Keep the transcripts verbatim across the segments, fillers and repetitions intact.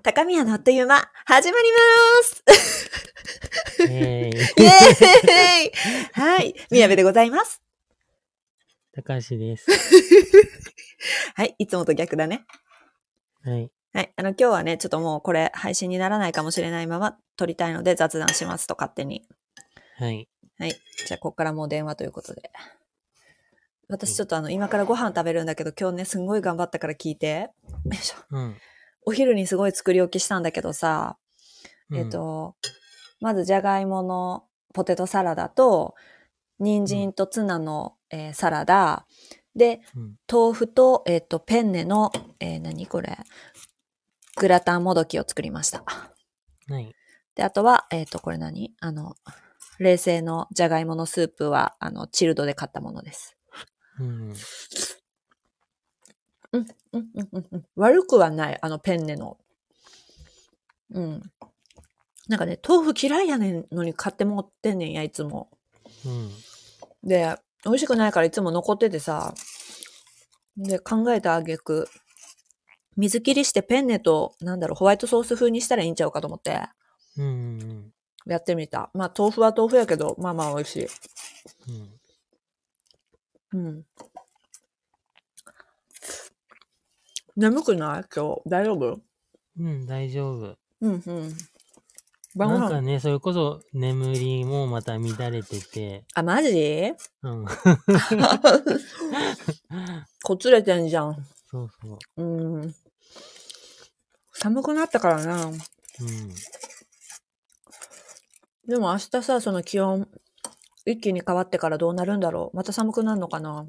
高宮のあっという間、始まります。 イェーイ。 イエーイはい、宮部でございます。 高橋です。 はい、いつもと逆だね。 はい。 はい、あの、今日はね、ちょっともうこれ配信にならないかもしれないまま撮りたいので雑談しますと勝手に。 はい。 はい、じゃあここからもう電話ということで。私ちょっとあの、今からご飯食べるんだけど、今日ね、すんごい頑張ったから聞いて。よいしょ。 うん。 お昼にすごい作り置きしたんだけどさ、 うん、 えっと、まずじゃがいものポテトサラダと、人参とツナの、うんえー、サラダ、で、うん、豆腐と、えっと、ペンネの、えー、何これ、グラタンもどきを作りました。 はい。 で、あとは、えっと、これ何あの、冷製のじゃがいものスープは、あの、チルドで買ったものです。 うん。 うん、うん、うん、うん。悪くはない、あの、ペンネの。うん。なんかね、豆腐嫌いやねんのに買って持ってんねんや、いつも。 うん。 で、美味しくないからいつも残っててさ、で、考えた挙句、水切りしてペンネと、なんだろう、ホワイトソース風にしたらいいんちゃうかと思って、 うん。 やってみた。まあ、豆腐は豆腐やけど、まあまあ美味しい。うん。うん。眠くない今日。大丈夫？ うん、大丈夫。 うんうん。 なんかね、それこそ眠りもまた乱れてて。 あ、マジ？ うん。 こつれてんじゃん。 そうそう。 うん。寒くなったからな。うん。でも明日さ、その気温、一気に変わってからどうなるんだろう。また寒くなるのかな。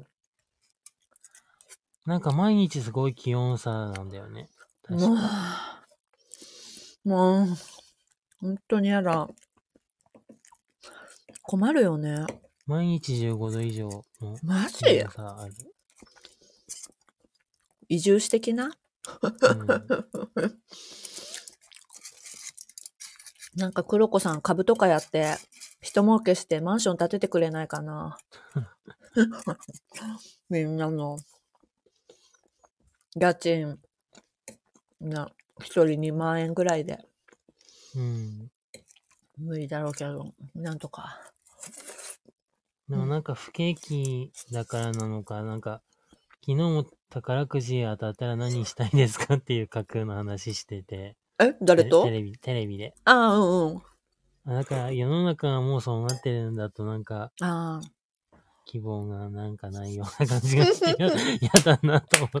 なんか毎日すごい気温差なんだよね。確か。 もう、本当にやだ。困るよね。 毎日じゅうごど以上のマジ？ 気温差ある。 移住史的な、うん、なんか黒子さん株とかやって人儲けしてマンション建ててくれないかな。みんなの家賃な一人にまんえんぐらいで、 うん、 無理だろうけどなんとか。 でもなんか不景気だからなのか、なんか昨日も宝くじ当たったら何したいですかっていう架空の話してて。 え、誰と？ テレビ、テレビで。 ああ、うんうん。 だから世の中がもうそうなってるんだとなんか、 あ希望がなんかないような感じがして嫌だなと思った。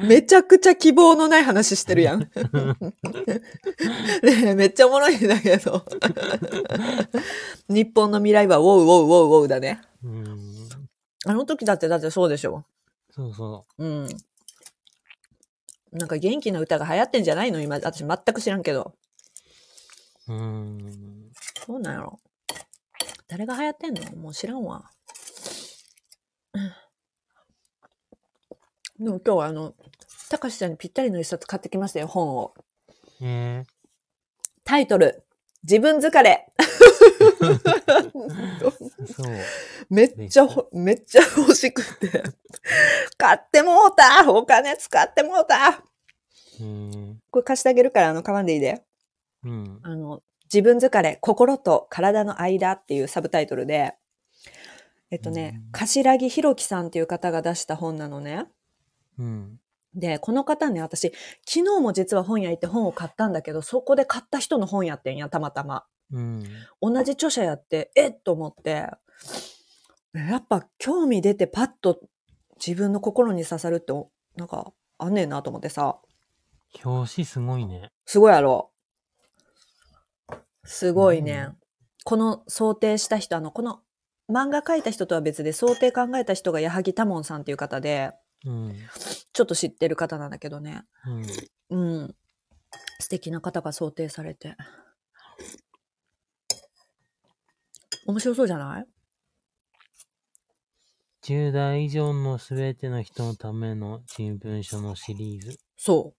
めちゃくちゃ希望のない話してるやん。ねえ、めっちゃおもろいんだけど。日本の未来はウォウウォウウォウウォウだね。うん。あの時だってだってそうでしょ。 そうそう。 うん。なんか元気な歌が流行ってんじゃないの今、私全く知らんけど。うーん。そうなんやろ。誰が流行ってんの？もう知らんわ。でも今日はあの、たかしちゃんにぴったりの一冊買ってきましたよ、本を。 へえ。 タイトル、自分疲れ。そう。めっちゃ、めっちゃ欲しくて。買ってもうた！お金使ってもうた！うん、これ貸してあげるから、あの、買わんでいいで。うん。あの、自分疲れ、心と体の間っていうサブタイトルで、えっとね、うん、柏木弘樹さんっていう方が出した本なのね。うん。で、この方ね、私、昨日も実は本屋行って本を買ったんだけど、そこで買った人の本やってんや、たまたま。うん。同じ著者やって、えっと思って、やっぱ興味出てパッと自分の心に刺さるって、なんか、あんねんなと思ってさ。 表紙すごいね。 すごいやろ。すごいね。この想定した人、あの、この漫画描いた人とは別で想定考えた人が矢作多門さんっていう方で、うん、ちょっと知ってる方なんだけどね。うん。うん。素敵な方が想定されて。面白そうじゃない？ じゅう代以上のすべての人のための新聞書のシリーズ。 そう。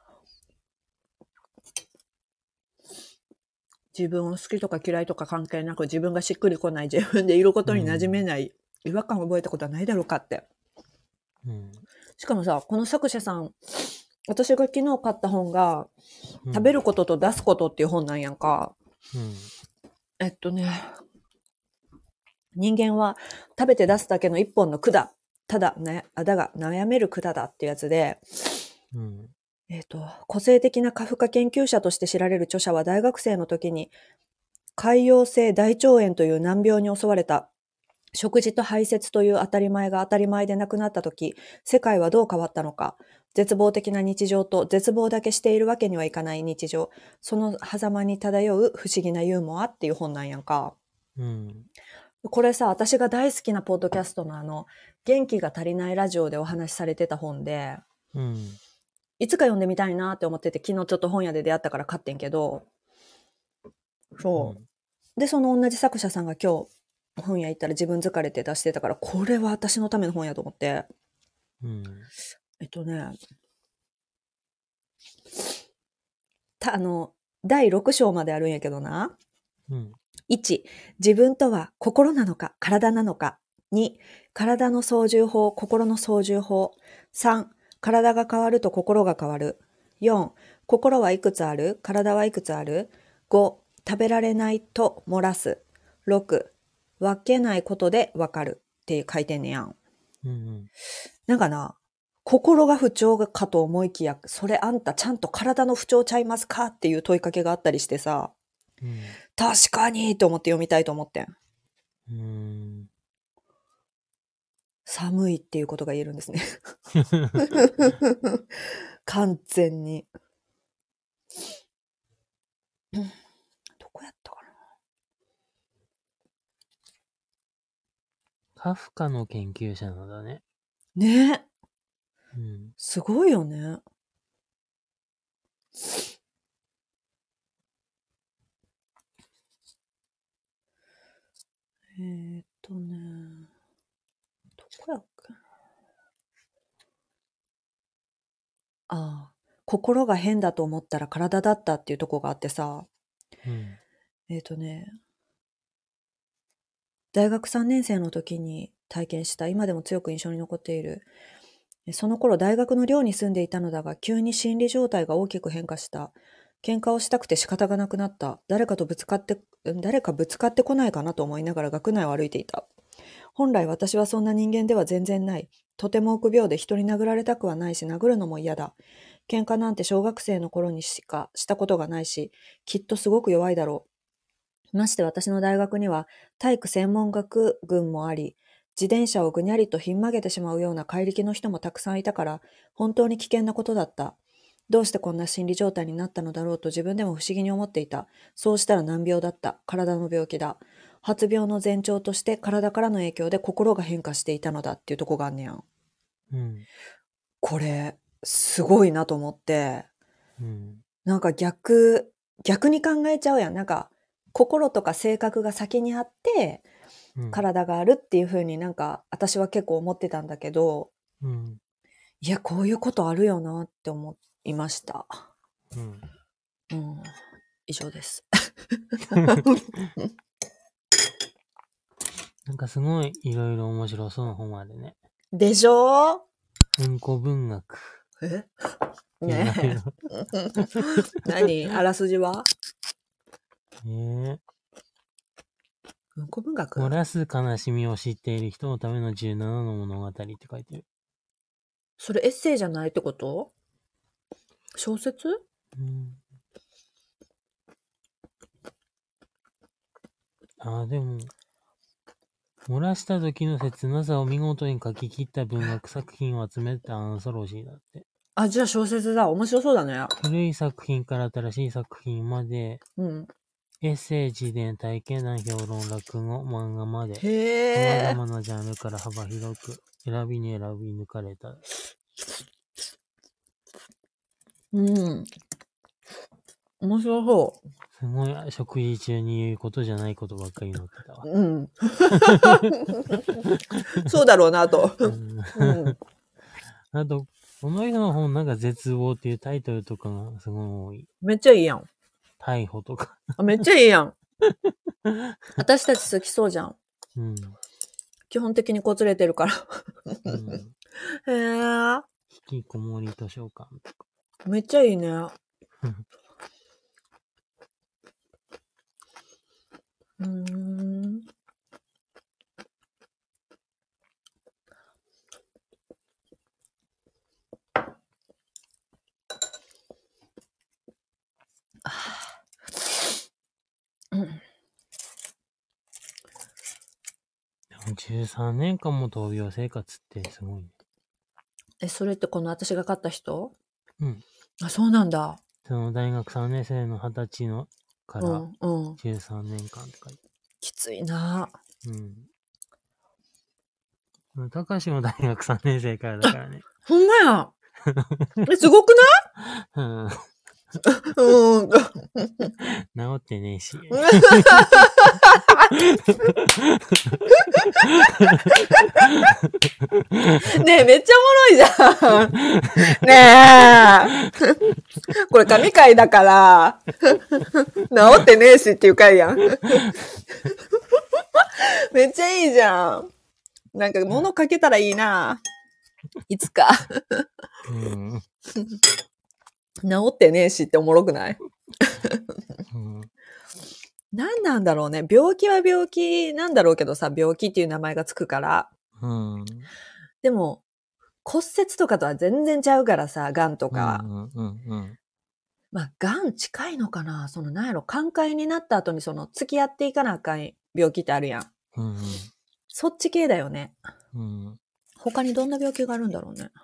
自分を好きとか嫌いとか関係なく、自分がしっくりこない、自分でいることに馴染めない、うん、違和感を覚えたことはないだろうかって。うん、 しかもさ、この作者さん、私が昨日買った本が、うん、食べることと出すことっていう本なんやんか。うん、えっとね、人間は食べて出すだけの一本の管、ただ、ね、だが悩める管だっていうやつで、うん、えっと、個性的な過負荷研究者として知られる著者は大学生の時に、潰瘍性大腸炎という難病に襲われた。食事と排泄という当たり前が当たり前でなくなったとき、世界はどう変わったのか。絶望的な日常と絶望だけしているわけにはいかない日常。その狭間に漂う不思議なユーモアっていう本なんやんか。うん、これさ、私が大好きなポッドキャストのあの、元気が足りないラジオでお話しされてた本で、うん、いつか読んでみたいなって思ってて、昨日ちょっと本屋で出会ったから買ってんけど、そう。うん、で、その同じ作者さんが今日、本屋行ったら自分疲れて出してたから、これは私のための本やと思って。うん、えっとね、た、あの、だいろく章まであるんやけどな。うん、いち、自分とは心なのか体なのか。に、体の操縦法、心の操縦法。さん、体が変わると心が変わる。よん、心はいくつある？体はいくつある？ご、食べられないと漏らす。ろく、分けないことで分かるって書いてんねやん。うんうん、なんかな、心が不調かと思いきや、それあんたちゃんと体の不調ちゃいますかっていう問いかけがあったりしてさ、うん、確かにと思って読みたいと思ってん。うん、寒いっていうことが言えるんですね。完全に。どこやったかな。 カフカの研究者なんだね。 ね、うん、すごいよね。えーっとね、どこやっけ。ああ、心が変だと思ったら体だったっていうとこがあってさ、うん、えーっとね、大学さんねん生の時に体験した、今でも強く印象に残っている。その頃大学の寮に住んでいたのだが、急に心理状態が大きく変化した。喧嘩をしたくて仕方がなくなった。誰かとぶつかって、誰かぶつかってこないかなと思いながら学内を歩いていた。本来私はそんな人間では全然ない。とても臆病で人に殴られたくはないし、殴るのも嫌だ。喧嘩なんて小学生の頃にしかしたことがないし、きっとすごく弱いだろう。まして私の大学には体育専門学群もあり、自転車をぐにゃりとひん曲げてしまうような怪力の人もたくさんいたから、本当に危険なことだった。どうしてこんな心理状態になったのだろうと自分でも不思議に思っていた。そうしたら難病だった。体の病気だ。発病の前兆として体からの影響で心が変化していたのだっていうとこがあんねやん。うん、これ、すごいなと思って、うん、なんか逆、逆に考えちゃうやん。なんか、心とか性格が先にあって、うん、体があるっていう風になんか、私は結構思ってたんだけど、うん、いや、こういうことあるよなって思いました。うん。うん、以上です。 なんかすごいいろいろ面白そうな本あるね。 でしょ？ うんこ文学。 え？ねえ。何？あらすじは？ えー、 うんこ文学？ 漏らす悲しみを知っている人のためのじゅうななの物語って書いてる。 それエッセイじゃないってこと？小説？うん。 ああ、でも、漏らした時の切なさを見事に書き切った文学作品を集めたアンソロジーだって。 あ、じゃあ小説だ。面白そうだね。 古い作品から新しい作品まで、うん、エッセイ、自伝、体験談、評論、落語、漫画まで、様々なジャンルから幅広く、選びに選び抜かれた。 うん。面白そう。 すごい、食事中に言うことじゃないことばっかり載ってたわ。 うん。そうだろうなと。うんうん、 あと、この人の本なんか絶望っていうタイトルとかがすごい多い。 めっちゃいいやん。 逮捕とか。 あ、めっちゃいいやん。私たち好きそうじゃん。うん。基本的にこつれてるから。うん、へー。 きこもり図書館とか。 めっちゃいいね。うーん。うん、 でもじゅうさんねんかんも闘病生活ってすごいね。 え、それってこの私が買った人？ うん。 あ、そうなんだ。 その大学さんねん生のはたちのからじゅうさんねんかんって書いて、うんうん、 きついな。 うん。たかしも大学さんねん生からだからね。 ほんまや。え、すごくない？うん。うん。治ってねえし。 ねえ、めっちゃおもろいじゃん。ねえ。これ神回だから、治ってねえしっていう回やん。めっちゃいいじゃん。なんか物かけたらいいな。いつか。うん、治ってねえしっておもろくない？うん、何なんだろうね。病気は病気なんだろうけどさ、病気っていう名前がつくから。うん、でも、骨折とかとは全然ちゃうからさ、癌とか。うんうんうんうん、まあ、癌近いのかな？その、なんやろ、寛解になった後にその、付き合っていかなあかん病気ってあるやん。うんうん、そっち系だよね。うん、他にどんな病気があるんだろうね。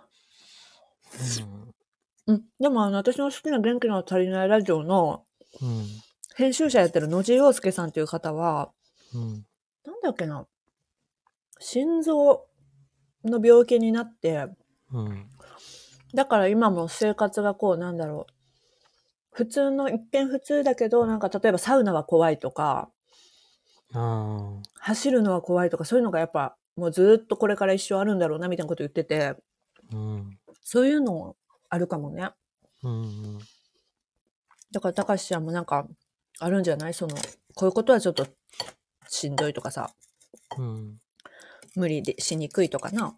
うん。うん、でもあの、私の好きな元気の足りないラジオの、うん、編集者やってる野地陽介さんっていう方は、うん、なんだっけな、心臓の病気になって、うん、だから今も生活がこう、なんだろう、普通の、一見普通だけど、なんか例えばサウナは怖いとか、あ走るのは怖いとか、そういうのがやっぱ、もうずっとこれから一生あるんだろうな、みたいなこと言ってて、うん、そういうのあるかもね。うんうん、だから、たかしちゃんもなんか、あるんじゃない？その、こういうことはちょっとしんどいとかさ、うん、無理でしにくいとかな。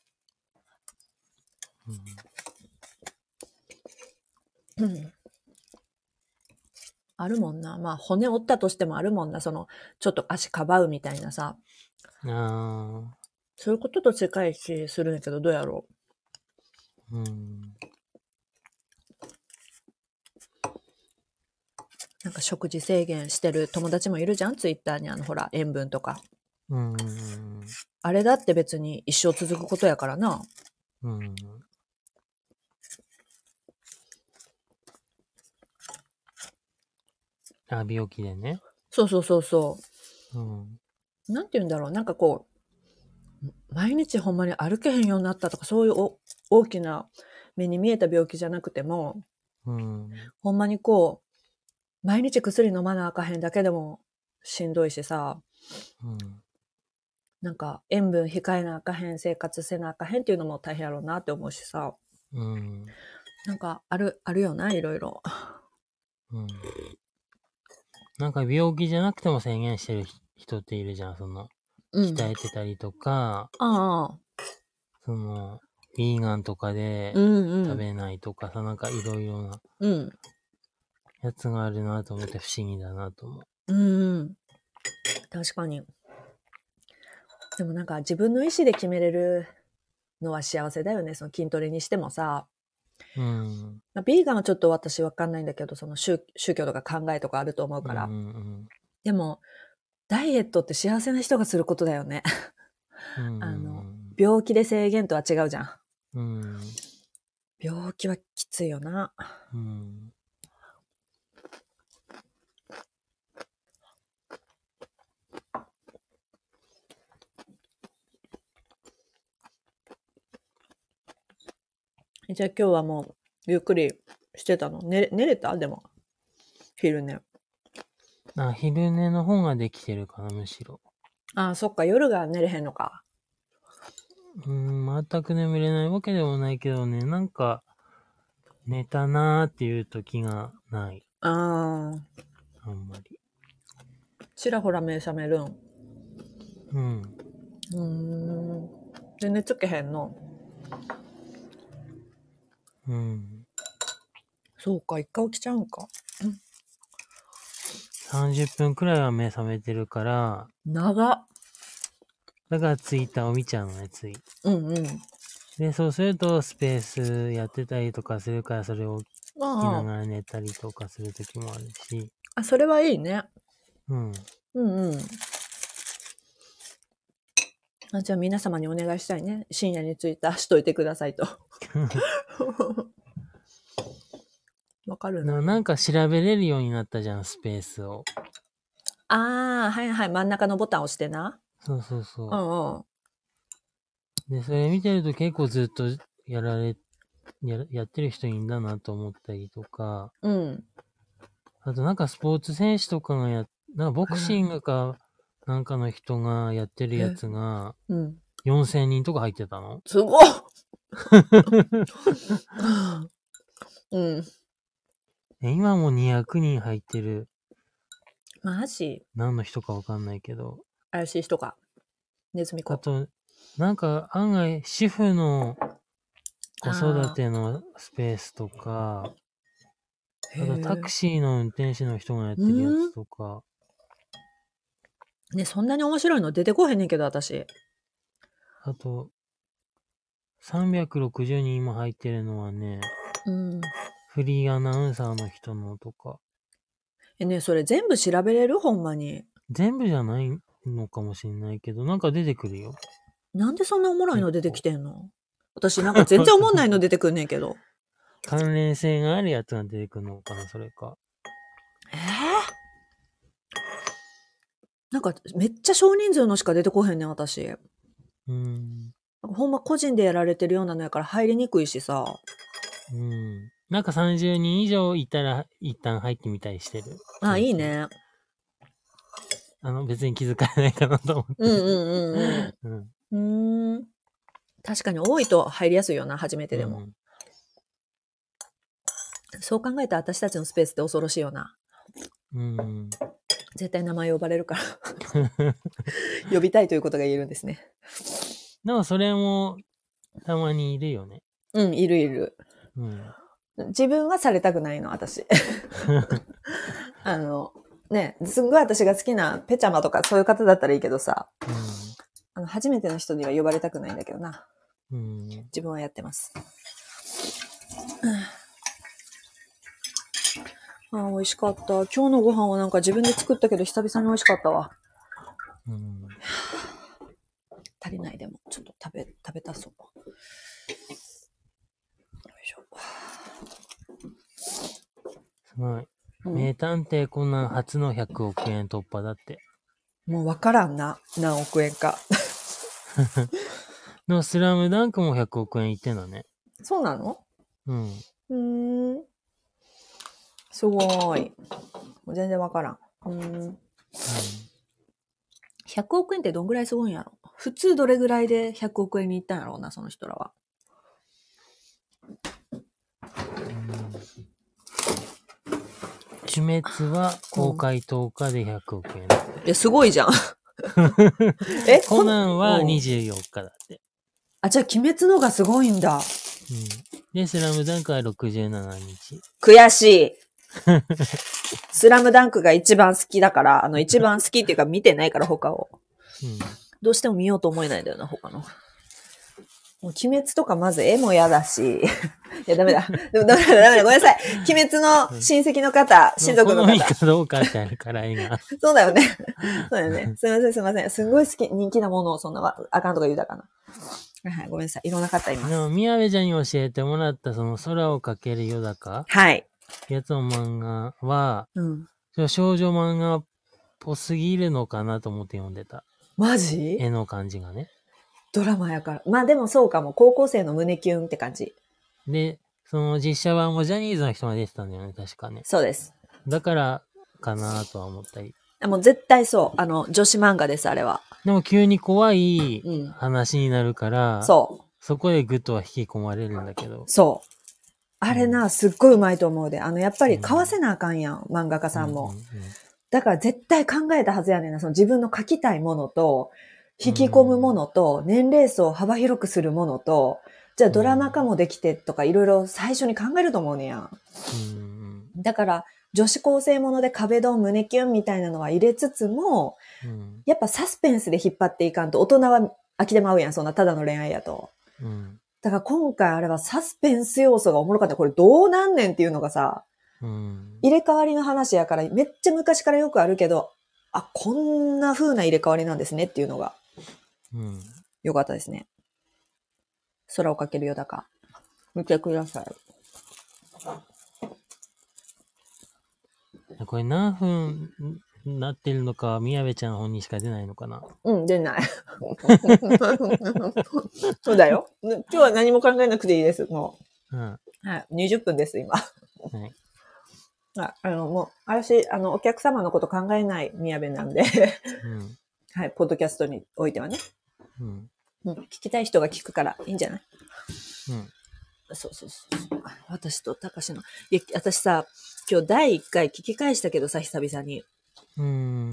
うん。うん、あるもんな。まあ、骨折ったとしてもあるもんな。その、ちょっと足かばうみたいなさ。ああ。そういうことと近いし、するんやけど、どうやろう。うん。なんか食事制限してる友達もいるじゃん？ツイッターにあの、ほら、塩分とか。うん。あれだって別に一生続くことやからな。うん。 あ、病気でね。 そうそうそうそう。うん。なんて言うんだろう。なんかこう、毎日ほんまに歩けへんようになったとか、そういうお大きな目に見えた病気じゃなくても、うん、ほんまにこう、毎日薬飲まなあかへんだけでもしんどいしさ、うん、なんか塩分控えなあかへん、生活せなあかへんっていうのも大変やろうなって思うしさ、うん、なんかある、あるよな、いろいろ。 うん、なんか病気じゃなくても制限してる人っているじゃん、その、鍛えてたりとか、うん、ああ、その、ビーガンとかで食べないとかさ、うんうん、なんかいろいろなやつがあるなと思って不思議だなと思う。うん、うん。確かに。でもなんか自分の意思で決めれるのは幸せだよね。その筋トレにしてもさ。うん。ビーガンはちょっと私わかんないんだけど、その 宗, 宗教とか考えとかあると思うから。うんうん、でも、ダイエットって幸せな人がすることだよね。うん、あの、病気で制限とは違うじゃん。うん、病気はきついよな。うん、じゃあ今日はもうゆっくりしてたの？寝, 寝れた？でも昼寝。 あ、昼寝の方ができてるかな、むしろ。 ああ、そっか、夜が寝れへんのか。 うーん、全く眠れないわけでもないけどね、なんか、寝たなーっていう時がない。ああ。あんまり。 ちらほら目覚めるん？うん。うーん。で、寝つけへんの？ うん。 そうか、一回起きちゃうんか。うん、 さんじゅっぷんくらいは目覚めてるから、 長っ。 だからツイッターを見ちゃうのね、つい。 うんうん。 で、そうするとスペースやってたりとかするから、それを聞きながら寝たりとかするときもあるし。 あ、それはいいね。 うん。 うんうん。あ、じゃあ皆様にお願いしたいね。深夜にツイッターしといてくださいと。わかるな。 な。なんか調べれるようになったじゃん、スペースを。 ああ、はいはい。真ん中のボタンを押してな。 そうそうそう。 うんうん。 で、それ見てると結構ずっとやられ、や、やってる人いいんだなと思ったりとか。 うん。 あとなんかスポーツ選手とかがや、なんかボクシングかなんかの人がやってるやつが、よんせんにんとか入ってたの。 すごっうん。 今もにひゃくにん入ってる。 マジ？ 何の人かわかんないけど。 怪しい人か。ネズミ子。 あと、なんか案外主婦の子育てのスペースとか、あとタクシーの運転手の人がやってるやつとか。 ね、そんなに面白いの出てこへんねんけど、私。 あと、さんびゃくろくじゅうにんも入ってるのはね、うん、フリーアナウンサーの人のとか。 えね、それ全部調べれる？ほんまに。 全部じゃないのかもしれないけど、なんか出てくるよ。 なんでそんなおもろいの出てきてんの？私なんか全然おもんないの出てくんねんけど。 関連性があるやつが出てくるのかな、それか。 えー、なんかめっちゃ少人数のしか出てこへんねん、私。うーん。 ほんま個人でやられてるようなのやから入りにくいしさ。 うん。なんかさんじゅうにん以上いたら一旦入ってみたりしてる。 あ、いいね。 あの、別に気づかれないかなと思って。 うんうんうんうん。うん。うーん。確かに多いと入りやすいよな、初めてでも。うん、そう考えたら私たちのスペースって恐ろしいよな。うん。絶対名前呼ばれるから呼びたいということが言えるんですね。 でもそれもたまにいるよね。 うん、いるいる。うん、自分はされたくないの、私。あの、ね、すんごい私が好きなペチャマとかそういう方だったらいいけどさ、うん、あの初めての人には呼ばれたくないんだけどな。うん、自分はやってます。ああ、美味しかった。今日のご飯はなんか自分で作ったけど久々に美味しかったわ。うん、足りないでもちょっと食べ食べたそう。よいしょ。 すごい。うん、名探偵コナン初のひゃくおくえん突破だって。 もうわからんな、何億円か。 のスラムダンクもひゃくおくえんいってんのね。 そうなの？うん。うーん。すごーい。もう全然わからん。うん。うん、ひゃくおくえんってどんぐらいすごいんやろ？普通どれぐらいでひゃくおくえんに行ったんやろうな、その人らは。 鬼滅は公開とおかでひゃくおくえん。 え、すごいじゃん。え、 コナンはにじゅうよっかだって。 あ、じゃあ鬼滅のがすごいんだ。うん。 で、スラムダンクはろくじゅうしちにち。 悔しい。スラムダンクが一番好きだから、あの一番好きっていうか見てないから他を。うん、どうしても見ようと思えないんだよな、他の。もう鬼滅とかまず絵も嫌だし。いや、ダメだ。でもダメだ、ダメだ。ごめんなさい。鬼滅の親戚の方、親族の方。 好みかどうかってあるから絵が。 そうだよね。そうだよね。すいません、すいません。すんごい好き、人気なものをそんなあかんとか言うたかな。はい、ごめんなさい。いろんな方います。 でも、宮部ちゃんに教えてもらったその空をかけるよだかはい。 やつの漫画は、うん、少女漫画っぽすぎるのかなと思って読んでた。 マジ？ 絵の感じがね。 ドラマやから。まあでもそうかも。高校生の胸キュンって感じ。 で、その実写版もジャニーズの人が出てたんだよね、確かね。 そうです。 だからかなとは思ったり。 もう絶対そう。あの、女子漫画です、あれは。 でも急に怖い話になるから、うん、そう。そこでグッとは引き込まれるんだけど。 そう。あれな、すっごいうまいと思うで。あの、やっぱり買わせなあかんやん、うん、漫画家さんも。うんうんうん、だから絶対考えたはずやねんな。その自分の書きたいものと、引き込むものと、年齢層を幅広くするものと、 じゃあドラマ化もできてとかいろいろ最初に考えると思うねやん。うん、だから女子高生もので壁ドン胸キュンみたいなのは入れつつも、うん、やっぱサスペンスで引っ張っていかんと大人は飽きてまうやん、そんなただの恋愛やと。うん、だから今回あれはサスペンス要素がおもろかった。これどうなんねんっていうのがさ、うん、入れ替わりの話やからめっちゃ昔からよくあるけど、あ、こんな風な入れ替わりなんですねっていうのが、うん、よかったですね。空をかけるよだか。見てください。 これ何分なってるのか、宮部ちゃん本にしか出ないのかな？ うん、出ない。そうだよ。今日は何も考えなくていいです、もう。うん、はい。にじゅっぷんです、今。はい。あ, あの、もう、私、あの、お客様のこと考えない宮部なんで、うん、はい、ポッドキャストにおいてはね。うん。うん、聞きたい人が聞くからいいんじゃない？うん。そうそうそう。私と高志の。いや、私さ、今日だいいっかい聞き返したけどさ、久々に。うん。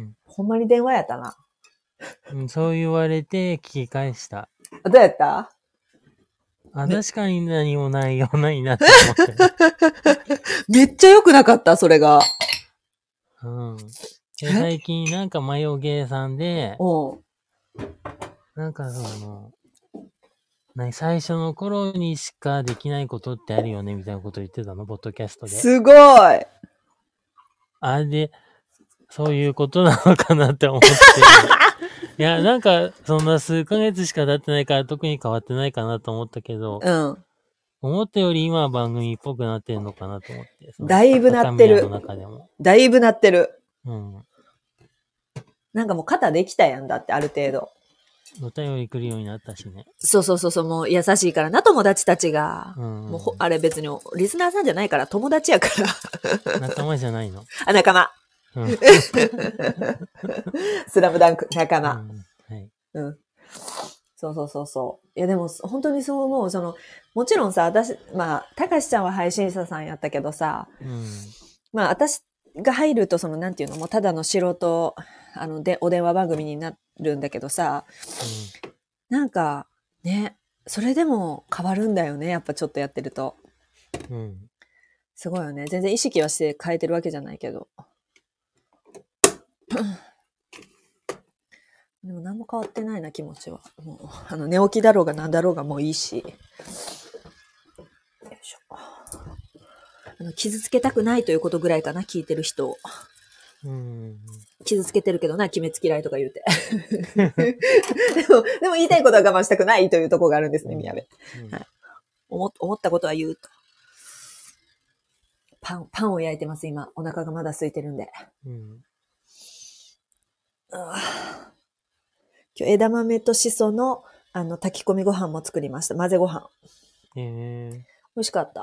ほんまに電話やったな。 うん、そう言われて聞き返した。 どうやった？ あ、確かに何もないようないなって思って。 めっちゃ良くなかった、それが。 うん。最近なんかマヨゲーさんで、なんかその、最初の頃にしかできないことってあるよねみたいなこと言ってたの、ポッドキャストで。 すごい。 あれで、そういうことなのかなって思って。いや、なんか、そんな数ヶ月しか経ってないから特に変わってないかなと思ったけど、うん。思ったより今は番組っぽくなってるのかなと思って。 だいぶなってる。 の中でもだいぶなってる。うん。なんかもう肩できたやんだって、ある程度。 お便り来るようになったしね。 そうそうそうそう、もう優しいからな、友達たちが。うん、もうあれ別にリスナーさんじゃないから友達やから。 仲間じゃないの？ あ、仲間。うん、スラムダンク、仲間。うん、はい。うん。そうそうそうそう。いやでも本当にそう思う。その、もちろんさ、私、まあ、たかしちゃんは配信者さんやったけどさ、うん、まあ私が入るとその、なんていうの、もうただの素人、あの、で、お電話番組になるんだけどさ、うん、なんか、ね、それでも変わるんだよね、やっぱちょっとやってると。うん。すごいよね。全然意識はして変えてるわけじゃないけど。でも何も変わってないな、気持ちは。もう、あの、寝起きだろうが何だろうがもういいし。よいしょ。あの、傷つけたくないということぐらいかな、聞いてる人を。うん、傷つけてるけどな、決めつ嫌いとか言うて。でも、でも言いたいことは我慢したくないというところがあるんですね、宮部。うんはい、思, 思ったことは言うと。パン、パンを焼いてます、今。お腹がまだ空いてるんで。うん、あ今日枝豆としその、あの、炊き込みご飯も作りました。混ぜご飯。へー。美味しかった。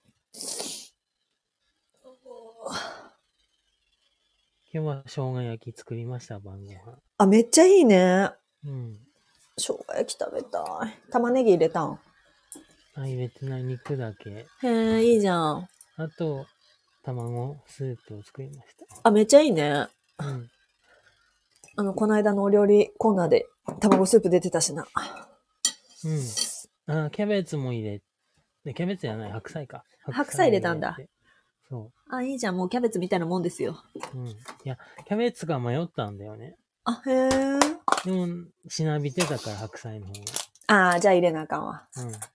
今日は生姜焼き作りました、晩ご飯。 あ、めっちゃいいね。うん。生姜焼き食べたい。玉ねぎ入れたん？ あ、入れてない、肉だけ。 へえ、いいじゃん。 あと、卵スープを作りました。 あ、めっちゃいいね。うん。あの、この間のお料理コーナーで卵スープ出てたしな。 うん。あ、キャベツも入れ、キャベツじゃない、白菜か。 白菜, 白菜入れたんだ。 そう。 あ、いいじゃん。もうキャベツみたいなもんですよ。 うん。いや、キャベツが迷ったんだよね。 あ、へえ。 でも、しなびてたから白菜の方が。 ああ、じゃあ入れなあかんわ。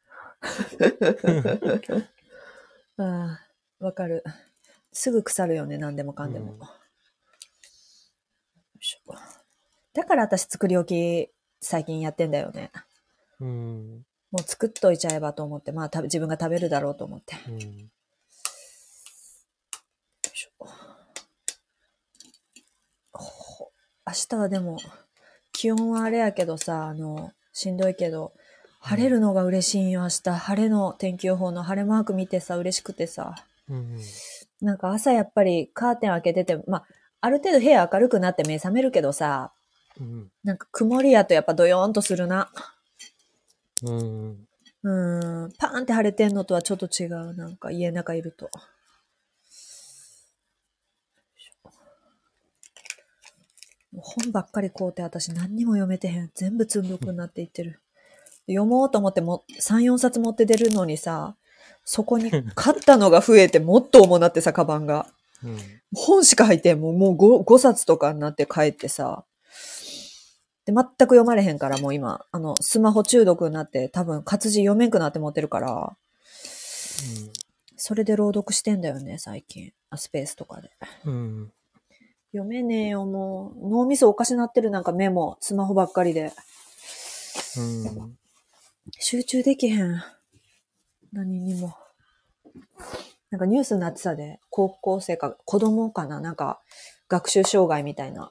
うん。ああ、わかる。すぐ腐るよね、何でもかんでも。うん、よいしょ。だから私作り置き最近やってんだよね。うん。もう作っといちゃえばと思って、まあ自分が食べるだろうと思って。うん、よいしょ。明日はでも、気温はあれやけどさ、あの、しんどいけど、晴れるのが嬉しいんよ、明日。晴れの天気予報の晴れマーク見てさ、嬉しくてさ。うん、なんか朝やっぱりカーテン開けてて、まあ、ある程度部屋明るくなって目覚めるけどさ、うん、なんか曇りやとやっぱドヨーンとするな。うん。うん。パーンって晴れてんのとはちょっと違う。なんか家の中いると。本ばっかり買うて私何にも読めてへん。全部積んどくになっていってる。 読もうと思ってもさん、よんさつ持って出るのにさ、そこに買ったのが増えてもっと重なってさ、カバンが。うん、本しか入ってんもう、もう 5, ごさつとかになって帰ってさ。で、全く読まれへんから、もう今、あの、スマホ中毒になって、多分活字読めんくなって持ってるから、うん、それで朗読してんだよね、最近。あ、スペースとかで。うん、読めねえよ、もう。脳みそおかしなってる、なんかメモ、スマホばっかりで。うん、集中できへん。何にも。なんかニュースになってたで、高校生か、子供かな、なんか、学習障害みたいな。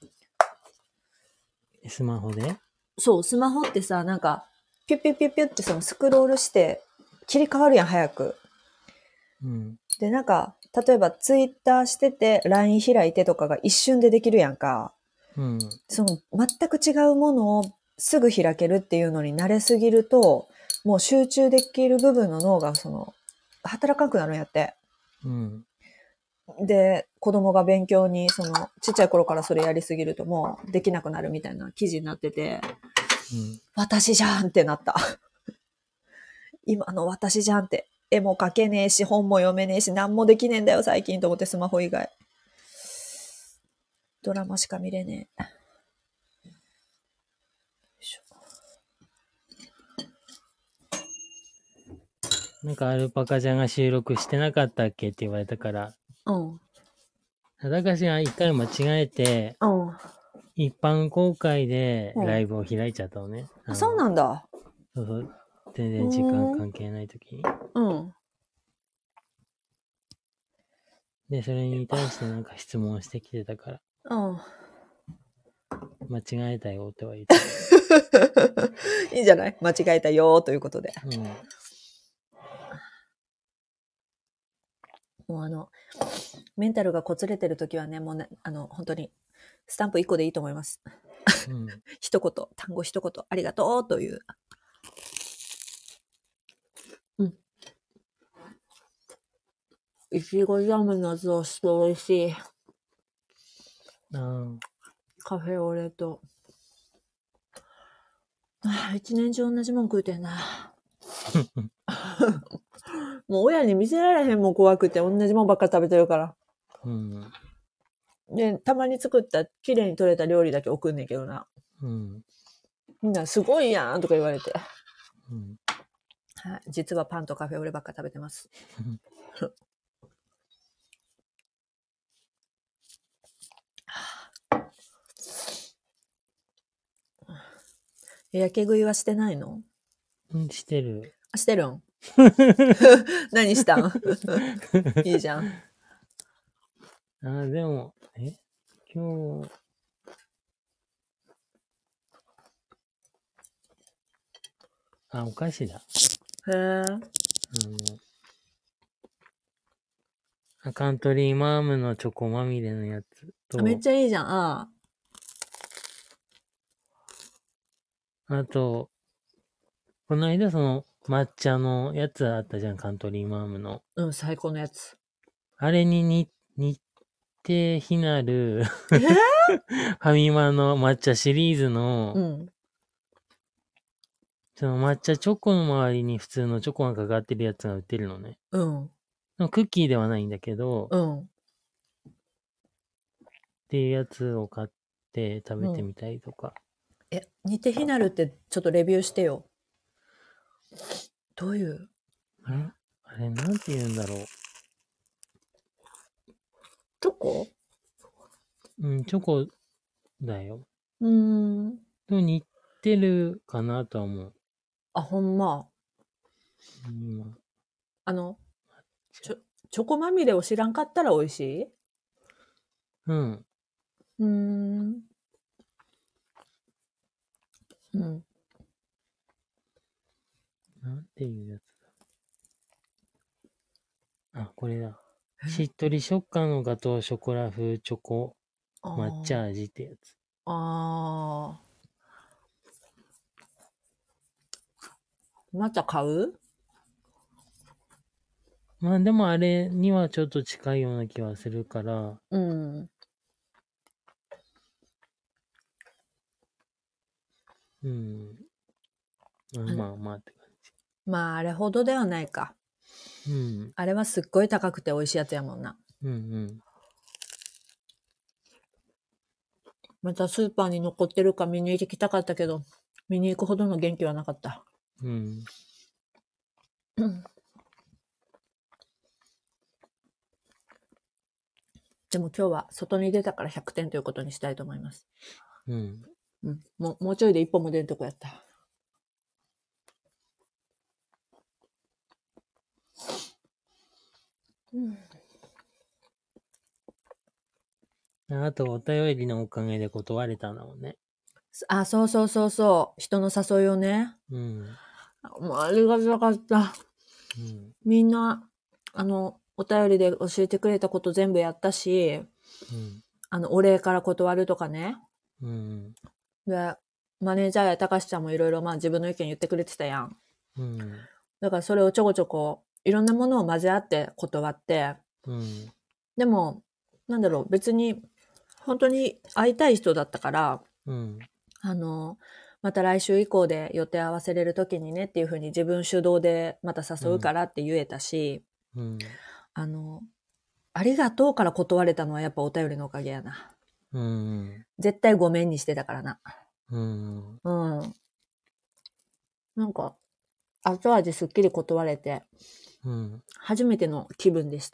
スマホで？ そう、スマホってさ、なんか、ピュッピュッピュッピュッってそのスクロールして、切り替わるやん、早く。うん。で、なんか、例えばツイッターしてて、ライン 開いてとかが一瞬でできるやんか。うん。その、全く違うものをすぐ開けるっていうのに慣れすぎると、もう集中できる部分の脳が、その、働かなくなるんやって。うん。で、子供が勉強に、その、ちっちゃい頃からそれやりすぎるともうできなくなるみたいな記事になってて、うん、私じゃんってなった。今の私じゃんって。絵も描けねえし、本も読めねえし、何もできねえんだよ、最近と思って、スマホ以外。ドラマしか見れねえ。よいしょ。 なんかアルパカちゃんが収録してなかったっけって言われたから。うん。たかしが一回間違えて、うん。一般公開でライブを開いちゃったのね。 うん、あ、そうなんだ。 そうそう。全然時間関係ないときに。うん。で、それに対してなんか質問してきてたから。うん。間違えたよっては言ってた。いいんじゃない？間違えたよということで。うん。もうあの、メンタルがこつれてるときはね、もうね、あの、本当に、スタンプいっこでいいと思います。うん、一言、単語一言、ありがとうという。うん。いちごジャムのソースと美味しい。うん。カフェオレと。ああ、一年中同じもん食うてんな。もう親に見せられへんもん怖くて、同じもんばっか食べてるから。うん。で、たまに作った綺麗に取れた料理だけ送んねんけどな。うん。みんなすごいやんとか言われて。うん。はい。実はパンとカフェオレばっか食べてます。やけ食いはしてないの？ うん、してる。 あ、してるん何したんいいじゃん。 あ、でも、え今日、あ、お菓子だ。へぇー。うん。カントリーマームのチョコまみれのやつと。 めっちゃいいじゃん。ああ。あと、この間その抹茶のやつあったじゃん、カントリーマームの。 うん、最高のやつ。 あれに似、似て非なるファミマの抹茶シリーズの、うん、その抹茶チョコの周りに普通のチョコがかかってるやつが売ってるのね。うん。クッキーではないんだけど、うん。っていうやつを買って食べてみたりとか。 うん、え、似て非なるってちょっとレビューしてよ。どういうあれあれなんて言うんだろう。 チョコ？ うん、チョコだよ。うーん。でも似てるかなとは思う。 あ、ほんま。うん、あの、チョ、チョコまみれを知らんかったら美味しい？うん。うーん。うん。 なんていうやつだ。あ、これだ。しっとり食感のガトーショコラ風チョコ抹茶味ってやつ。ああ。抹茶買う？まあでもあれにはちょっと近いような気はするから。うん。うん。 うん、まあまあって感じ。 まあ、あれほどではないか。うん。あれはすっごい高くて美味しいやつやもんな。うんうん。またスーパーに残ってるか見に行きたかったけど、見に行くほどの元気はなかった。うん。うん、でも今日は外に出たからひゃくてんということにしたいと思います。うん。うん。もう、もうちょいで一歩も出るとこやった。 うん。あと、お便りのおかげで断れたのね。 あ、そうそうそうそう。人の誘いをね。うん。もうありがたかった。うん。みんな、あの、お便りで教えてくれたこと全部やったし、うん。あの、お礼から断るとかね。うん。で、マネージャーや高橋ちゃんもいろいろまあ自分の意見言ってくれてたやん。うん。だからそれをちょこちょこ、いろんなものを混ぜ合って断って、うん。でも、なんだろう、別に、本当に会いたい人だったから、うん。あの、また来週以降で予定合わせれるときにねっていうふうに自分主導でまた誘うからって言えたし、うん。あの、ありがとうから断れたのはやっぱお便りのおかげやな。うん。絶対ごめんにしてたからな。うん。うん。なんか、後味すっきり断れて、うん。初めての気分でした。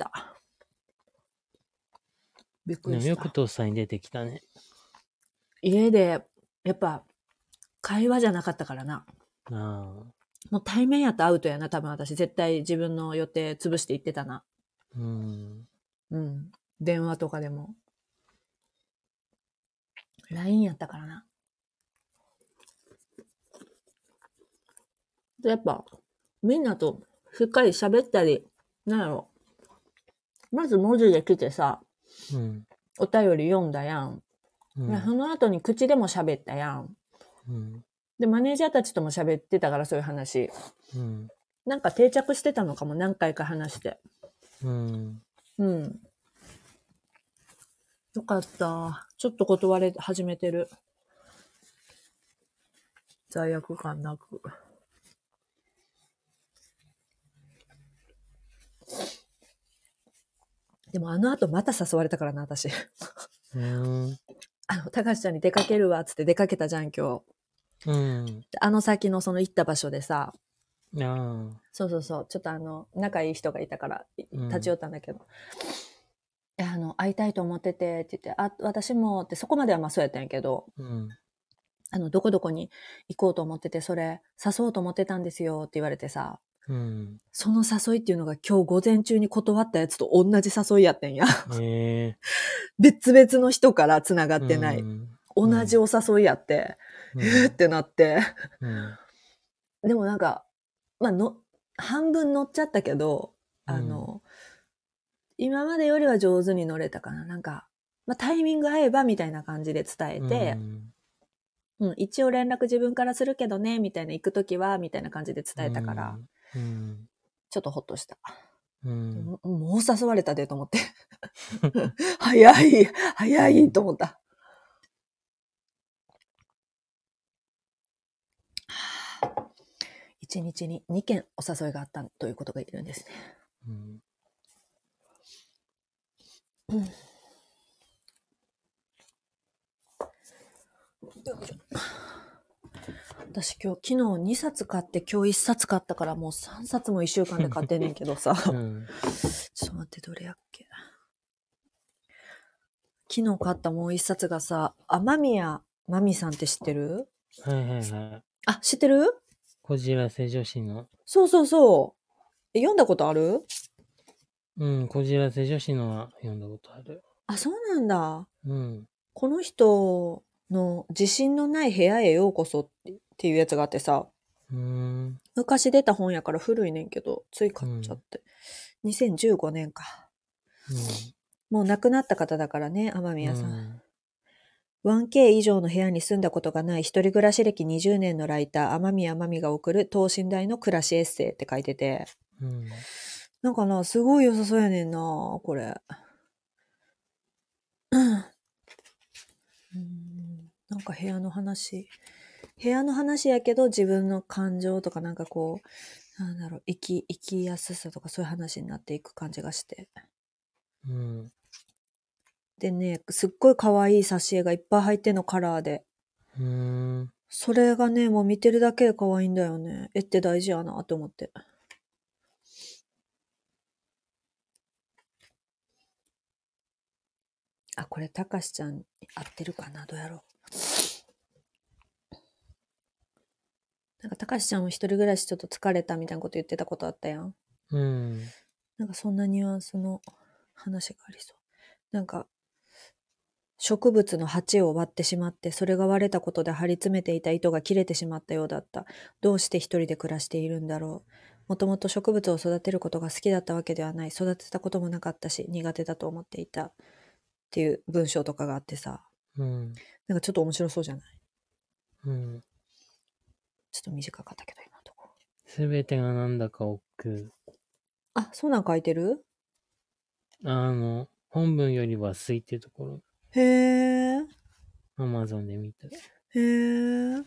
びっくりした。 よくとっさに出てきたね。 家で、やっぱ、会話じゃなかったからな。ああ。もう対面やったらアウトやな、多分私。絶対自分の予定潰していってたな。うん。うん。電話とかでも。ライン やったからな。で、やっぱ、みんなとしっかり喋ったり、なんやろ。まず文字で来てさ、うん、お便り読んだやん。うん、その後に口でも喋ったやん。うん、で、マネージャーたちとも喋ってたから、そういう話。うん、なんか定着してたのかも、何回か話して。うん。うん。よかった。ちょっと断れ始めてる。罪悪感なく。でもあの後また誘われたからな、私。うん。あの、高橋ちゃんに出かけるわ、つって出かけたじゃん、今日。うん。あの先のその行った場所でさ、あそうそうそう、ちょっとあの、仲いい人がいたから立ち寄ったんだけど、うん、あの、会いたいと思ってて、って言って、あ、私もって、そこまではまあそうやったんやけど、うん、あの、どこどこに行こうと思ってて、それ、誘おうと思ってたんですよって言われてさ、うん、その誘いっていうのが今日午前中に断ったやつと同じ誘いやってんや。へ別々の人から繋がってない。うん、同じお誘いやって、うん、えーってなって。うん、でもなんか、まあの、半分乗っちゃったけど、あの、うん、今までよりは上手に乗れたかな。なんか、まあタイミング合えばみたいな感じで伝えて、うん、うん、一応連絡自分からするけどね、みたいな、行くときは、みたいな感じで伝えたから、うんうん、ちょっとほっとした。うん、もう誘われたでと思って。早い、早いと思った。一日ににけんお誘いがあったということが言えるんですね。うんうん、私今日、昨日にさつ買って今日いっさつ買ったからもうさんさつもいっしゅうかんで買ってんねんけどさ。うん、ちょっと待って、どれやっけ。昨日買ったもういっさつがさ、雨宮まみさんって知ってる？ はいはいはい。 あ、知ってる？ こじらせ女子の。 そうそうそう。え、読んだことある？ うん、こじらせ女子のは読んだことある。 あ、そうなんだ。うん。この人の自信のない部屋へようこそっていうやつがあってさ、うーん、昔出た本やから古いねんけど、つい買っちゃって。うん、にせんじゅうごねんか。うん、もう亡くなった方だからね、雨宮さん。うん、ワンケー 以上の部屋に住んだことがない一人暮らし歴にじゅうねんのライター、雨宮まみが送る等身大の暮らしエッセイって書いてて、うん、なんかな、すごい良さそうやねんな、これ。うん、なんか部屋の話部屋の話やけど自分の感情とかなんかこう、なんだろう、生き、生きやすさとかそういう話になっていく感じがして。 うん。 でね、すっごい可愛い挿絵がいっぱい入ってんの、カラーで。 うーん。 それがね、もう見てるだけで可愛いんだよね。絵って大事やなと思って。あ、これ、たかしちゃんに合ってるかな、どうやろう。なんか、たかしちゃんも一人暮らしちょっと疲れたみたいなこと言ってたことあったやん。 うん。 なんか、そんなニュアンスの話がありそう。なんか、植物の鉢を割ってしまって、それが割れたことで張り詰めていた糸が切れてしまったようだった。どうして一人で暮らしているんだろう。もともと植物を育てることが好きだったわけではない。育てたこともなかったし、苦手だと思っていた。っていう文章とかがあってさ。 うん。 なんかちょっと面白そうじゃない？ うん。 ちょっと短かったけど、今のとこ。 すべてがなんだか億劫。 あ、そんなん書いてる？ あの、本文よりは空いてるところ。 へー。 アマゾンで見た。 へー。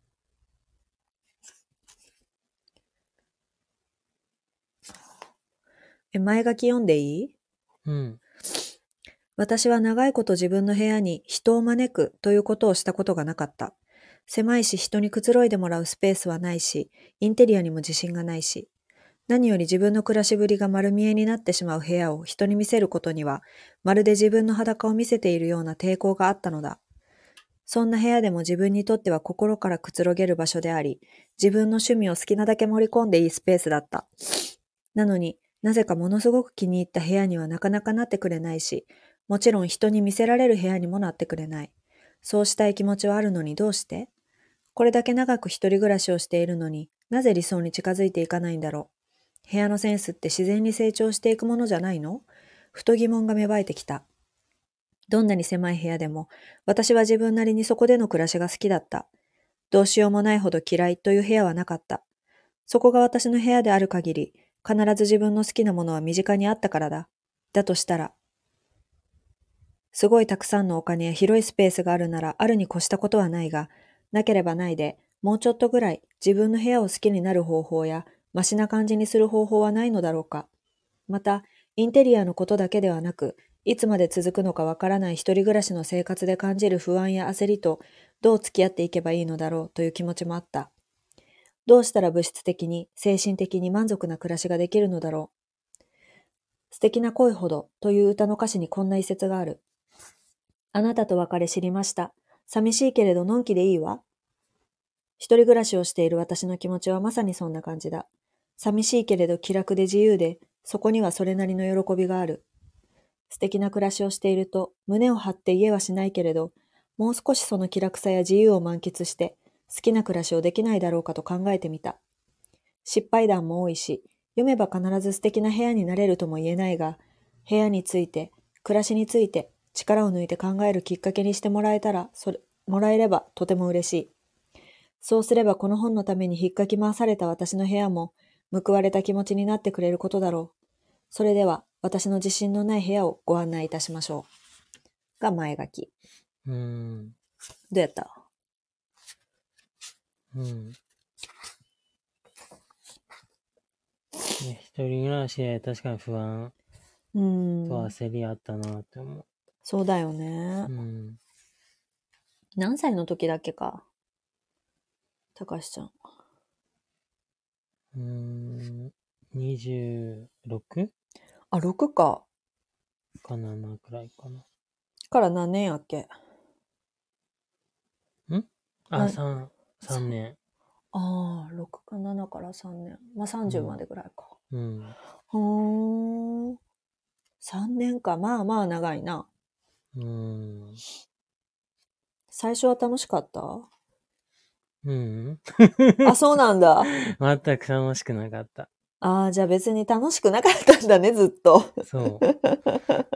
え、前書き読んでいい？ うん。 私は長いこと自分の部屋に人を招くということをしたことがなかった。狭いし人にくつろいでもらうスペースはないし、インテリアにも自信がないし、何より自分の暮らしぶりが丸見えになってしまう部屋を人に見せることには、まるで自分の裸を見せているような抵抗があったのだ。そんな部屋でも自分にとっては心からくつろげる場所であり、自分の趣味を好きなだけ盛り込んでいいスペースだった。なのになぜかものすごく気に入った部屋にはなかなかなってくれないし、もちろん人に見せられる部屋にもなってくれない。そうしたい気持ちはあるのにどうして？これだけ長く一人暮らしをしているのになぜ理想に近づいていかないんだろう。部屋のセンスって自然に成長していくものじゃないの？ふと疑問が芽生えてきた。どんなに狭い部屋でも、私は自分なりにそこでの暮らしが好きだった。どうしようもないほど嫌いという部屋はなかった。そこが私の部屋である限り、必ず自分の好きなものは身近にあったからだ。だとしたら、すごいたくさんのお金や広いスペースがあるならあるに越したことはないが、なければないで、もうちょっとぐらい自分の部屋を好きになる方法や、マシな感じにする方法はないのだろうか。また、インテリアのことだけではなく、いつまで続くのかわからない一人暮らしの生活で感じる不安や焦りと、どう付き合っていけばいいのだろうという気持ちもあった。どうしたら物質的に、精神的に満足な暮らしができるのだろう。素敵な恋ほどという歌の歌詞にこんな一節がある。あなたと別れ知りました。寂しいけれどのんきでいいわ。一人暮らしをしている私の気持ちはまさにそんな感じだ。寂しいけれど気楽で自由で、そこにはそれなりの喜びがある。素敵な暮らしをしていると、胸を張って言えはしないけれど、もう少しその気楽さや自由を満喫して、好きな暮らしをできないだろうかと考えてみた。失敗談も多いし、読めば必ず素敵な部屋になれるとも言えないが、部屋について、暮らしについて、力を抜いて考えるきっかけにしてもらえたら、それ、もらえればとても嬉しい。そうすればこの本のために引っかき回された私の部屋も、報われた気持ちになってくれることだろう。それでは、私の自信のない部屋をご案内いたしましょう。が前書き。 うーん。 どうやった？ うん。ね、一人暮らしで確かに不安うーん。 と焦りあったなって思う。 そうだよね。 うん。 何歳の時だっけか。たかしちゃん。 うーん。にじゅうろく? あ、ろくか。 かななくらいかな。 から何年やっけ？ んあ、 な、 さん、さんねん。 ああ、ろくかななからさんねん。まあ、さんじゅうまでぐらいか。 うん。 ほーん。さんねんか。まあまあ長いな。 うーん。 最初は楽しかった？ うん。 あ、そうなんだ。 全く楽しくなかった。 ああ、じゃあ別に楽しくなかったんだね、ずっと。 そう。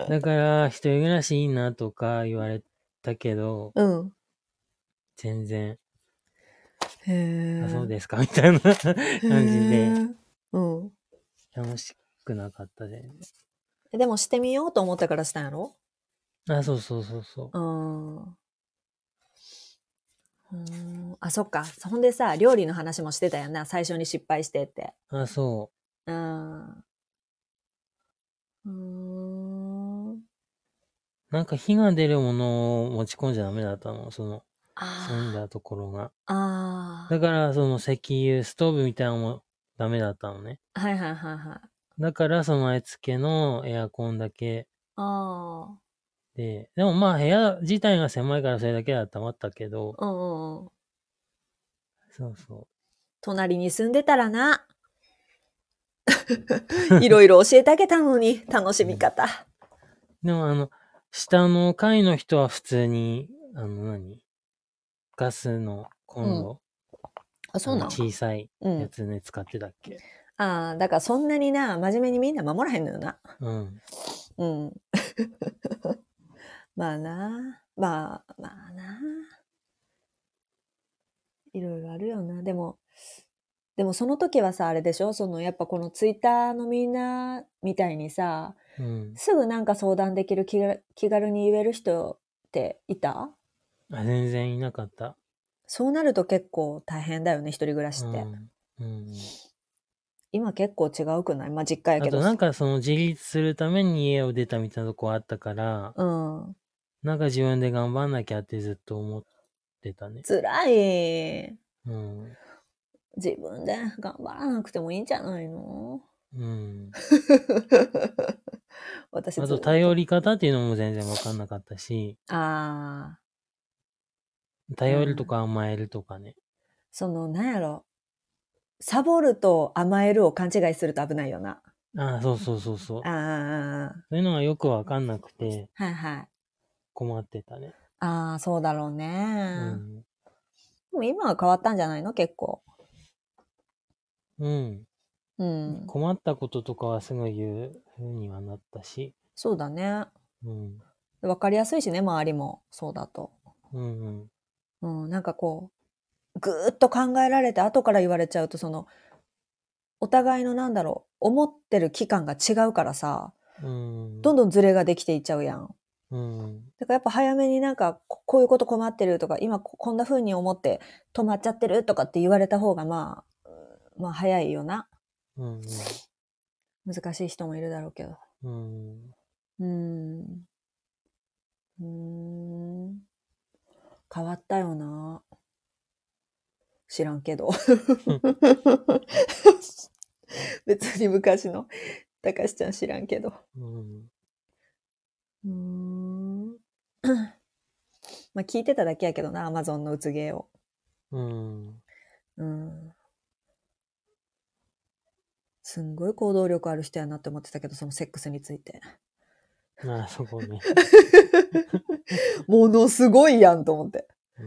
だから、一人暮らしいいなとか言われたけど、 うん。 全然、 へあ、そうえ。 ですかみたいな感じで、 うん。 楽しくなかったで。 でもしてみようと思ったからしたんやろ？ あ、そうそうそうそう。 うん。 うーん。あ、そっか。ほんでさ、料理の話もしてたやんな。最初に失敗してって。 あ、そうん。うーん。 なんか火が出るものを持ち込んじゃダメだったの。その、住んあだところが。 あ。あだから、その石油、ストーブみたいなのもダメだったのね。 あ。はいはいはいはい。 だから、備え付けのエアコンだけああ。 で、でもまあ部屋自体が狭いからそれだけだったらまったけど、 うんうんうん。 そうそ隣に住んでたらな。いろいろ教えてあげたのに、楽しみ方。 う。でもあの、下の階の人は普通に、あの何ガスのコンロ、 あ、そうなんあの小さいうん。 やつね、使ってたっけ。 ああ、だからそんなにな、真面目にみんな守らへんのよな。 うん。 うん。まあな。まあ、まあな。いろいろあるよな。でも、でもその時はさ、あれでしょそのやっぱこのツイッターのみんなみたいにさ、 うん。 すぐなんか相談できる気が気軽に言える人っていたあ、全然いなかった。 そうなると結構大変だよね、一人暮らしって。 うん。うん。 今結構違うくないまあ実家やけどさ。 あとなんかその自立するために家を出たみたいなとこあったから、 うん。 なんか自分で頑張んなきゃってずっと思ってたね。 辛い。 うん。 自分で頑張らなくてもいいんじゃないのうん。 私あとずっと。 頼り方っていうのも全然わかんなかったし、 ああ、 頼るとうん。 か甘えるとかね。 その、なんやろ。サボると甘えるを勘違いすると危ないよな。 ああ、そうそうそうそう。 ああ、 そういうのがよくわかんなくてはいはい。 困ってたね。 ああ、そうだろううね。 ん。 でも今は変わったんじゃないの結構。 うん。 うん。 困ったこととかはすぐ言う風にはなったし。 そうだね。 うん。 わかりやすいしね、周りも。そうだと。 うんうん、なんかこう、ぐーっと考えられて後から言われちゃうと、その、お互いのなんだろう、思ってる期間が違うからさ、 うん。 どんどんズレができていっちゃうやん。 うん。 だからやっぱ早めになんか、ここういうこと困ってるとか、今ここんな風に思って止まっちゃってるとかって言われた方がまあ、まあ早いよな。 うん。 難しい人もいるだろうけど。 うん。 うーん。うーん。変わったよな。知らんけど。別に昔のたかしちゃん知らんけど。 うん。 うーん。まあ聞いてただけやけどな、アマゾンのうつ芸を。 うん。 うん。すんごい行動力ある人やなって思ってたけど、そのセックスについて。 ああ、そこね。 ものすごいやんと思って。 うん。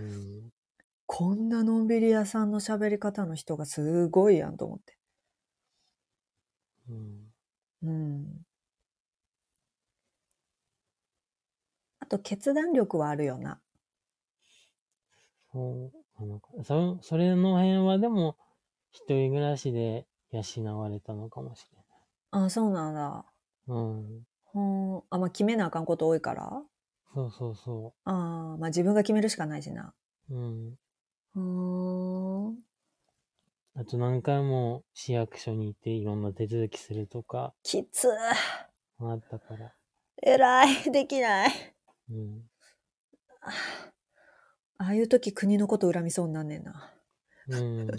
こんなのんびり屋さんの喋り方の人がすごいやんと思って。 うん。 うん。あと決断力はあるよな。 そう。あのそ、それの辺はでも、一人暮らしで養われたのかもしれあ、そうなんだ。 ない。うん。 ほん。あ、まあ決めなあかんこと多いからそうそうそああ、まあ自分が決めるしかないしな。 う。うん。 うーん。 あと何回も市役所に行っていろんな手続きするとか、 きつー。 あったから。 えらい。できない。 うん。 ああいう時国のこと恨みそうになんねんな。 うん。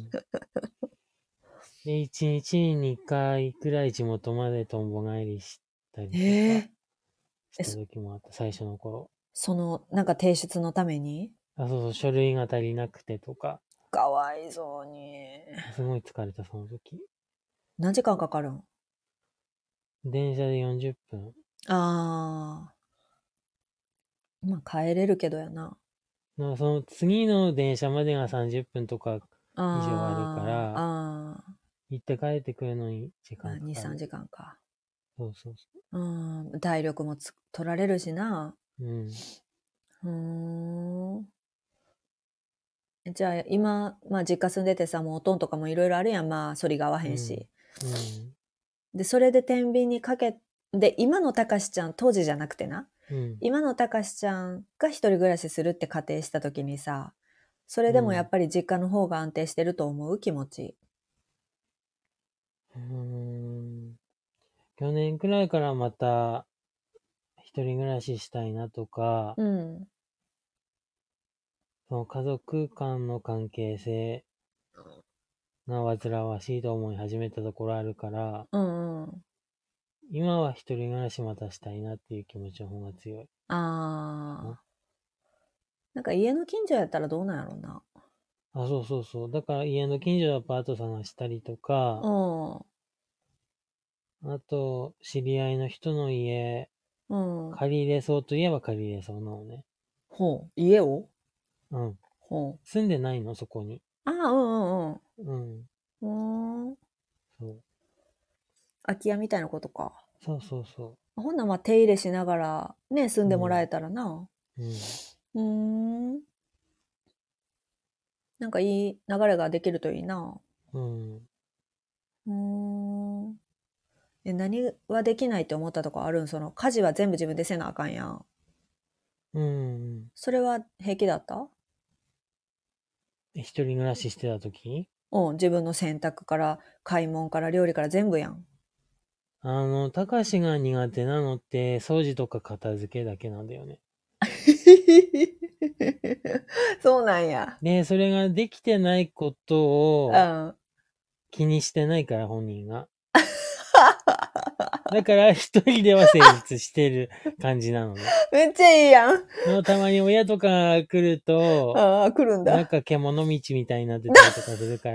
で、一日ににかいくらい地元までとんぼ返りしたりとえかえした時もあった、最初の頃。 その、なんか提出のためにあ、そうそう、書類が足りなくてとか、 かわいそうに。 すごい疲れた、その時。 何時間かかるん電車でよんじゅっぷん。 ああ。まあ帰れるけどやな。 なんかその次の電車までがさんじゅっぷんとか以上あるかああ、 ら、 ああ。 行って帰ってくるのに時まあ、に、 間かか 3時る。 間か。 そうそうそうん。体力もつ取られるしな。 う。うん。 うーん。じゃあ今、まあ実家住んでてさ、もうおとんとかもいろいろあるやん。まあ、そりが合わへんし。 うん。うん。 で、それで天秤にかけ、で、今のたかしちゃん、当時じゃなくてな。 うん。 今のたかしちゃんが一人暮らしするって仮定した時にさ、 それでもやっぱり実家の方が安定してると思う気持ち。 うーん。去年くらいからまた一人暮らししたいなとか、 うん。 その家族間の関係性が煩わしいと思い始めたところあるから、 うんうん。 今は一人暮らしまたしたいなっていう気持ちの方が強い。 ああ。なんか家の近所やったらどうなんやろうな。 あ、そうそうそう。だから家の近所でアパート探したりとか、 うん。 あと、知り合いの人の家、 うん。 借り入れそうといえば借り入れそうなのね。 ほう。家をうん。 ほう。 住んでないの、そこに。 ああ、うんうんうん。 うん。うーん。 そう。 空き家みたいなことか。 そうそうそほんならまあ手入れしながらね、住んう。 でもらえたらな。 うん。 うーん。なんかいい流れができるといいな。 うん。 うーん。え、何はできないって思ったとこあるん？その家事は全部自分でせなあかんやん。 うん。 それは平気だった？ 一人暮らししてた時うん、自分の洗濯から買い物から料理から全部やん。 あの、たかしが苦手なのって、掃除とか片付けだけなんだよね。 そうなんや。 で、それができてないことをうん。 気にしてないから、本人が。だから、一人では成立してる感じなのね。 めっちゃいいやん。 でもたまに親とかが来ると、 ああ、来るんだ。 なんか獣道みたいになってたりとかするから、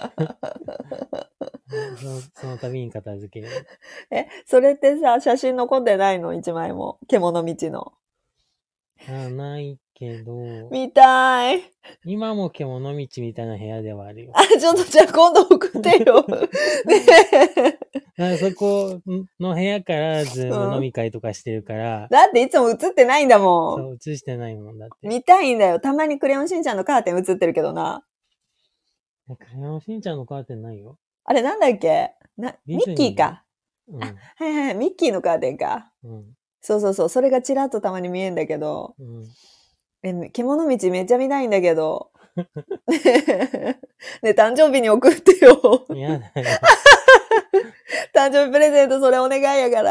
そその度に片付ける。 え、それってさ、写真残ってないの？一枚も。獣道の。 あないけど、 見たい。 今も獣道みたいな部屋ではあるよ。 あ、ちょっとじゃあ今度送ってよ。ねだからそこの部屋からズーム飲み会とかしてるから、 だっていつも映ってないんだもん。 そう、映してないもんだって。 見たいんだよ。たまにクレヨンしんちゃんのカーテン映ってるけどな。 クレヨンしんちゃんのカーテンないよ。 あれなんだっけな、ミッキーか。 うん。 はいはい、ミッキーのカーテンか。 うん。 そうそうそう。それがちらっとたまに見えんだけど。 うん。 え、獣道めっちゃ見たいんだけど。ねえ、誕生日に送ってよ。 やだよ。 誕生日プレゼントそれお願いやから。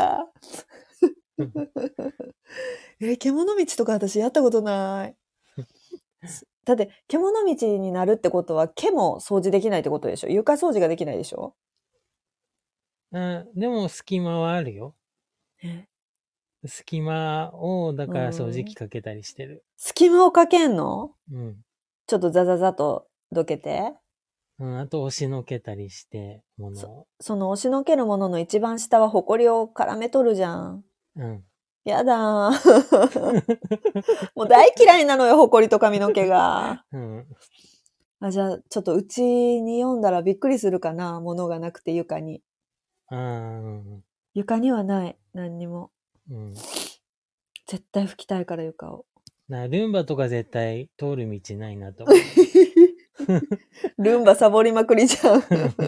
え、獣道とか私やったことない。だって、獣道になるってことは、毛も掃除できないってことでしょ？床掃除ができないでしょ？ あ、でも隙間はあるよ。 え隙間を、だから掃除うん。 機かけたりしてる。 隙間をかけんの？ うん。 ちょっとザザザとどけて。 うん、あと押しのけたりして、ものそ、 を。 その押しのけるものの一番下はホコリを絡めとるじゃん。 うん。 やだー。もう大嫌いなのよ、ホコリと髪の毛が。 うん。 あ、じゃあ、ちょっとうちに読んだらびっくりするかな、物がなくて床に。 ああ、うん。 床にはない、何にも。 うん。 絶対拭きたいから床を。 な、ルンバとか絶対通る道ないなと思う。 ルンバサボりまくりじゃん。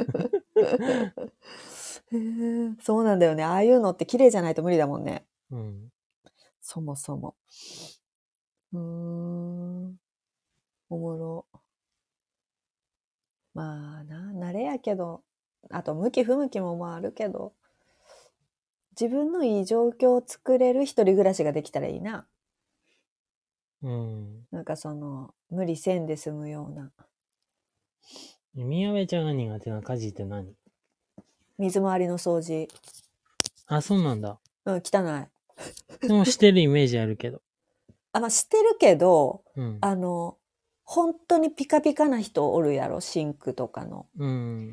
へーそうなんだよね。ああいうのって綺麗じゃないと無理だもんね。 うん。 そもそも。うーん。おもろ。まあな、慣れやけど、あと向き不向きもまああるけど、自分のいい状況を作れる一人暮らしができたらいいな。 うん。 なんかその、無理せんで済むような。 宮部ちゃんが苦手な家事って何？ 水回りの掃除。 あ、そうなんだ。 うん、汚い。 でもしてるイメージあるけど。 あ、まあ、してるけど、 うん。 あの、本当にピカピカな人おるやろ、シンクとかの。 うん。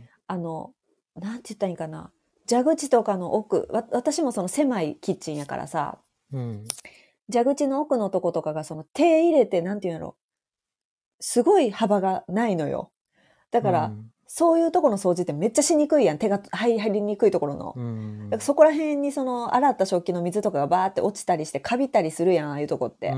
あの、なんて言ったらいいかな。蛇口とかの奥、わ、私もその狭いキッチンやからさ、 うん。 蛇口の奥のとことかがその手入れて、なんて言うんやろ。すごい幅がないのよ。だから、 うん、 そういうところの掃除ってめっちゃしにくいやん。手が入りにくいところの。 うん、 だからそこら辺にその洗った食器の水とかがバーって落ちたりしてカビたりするやん、ああいうとこって。 うん、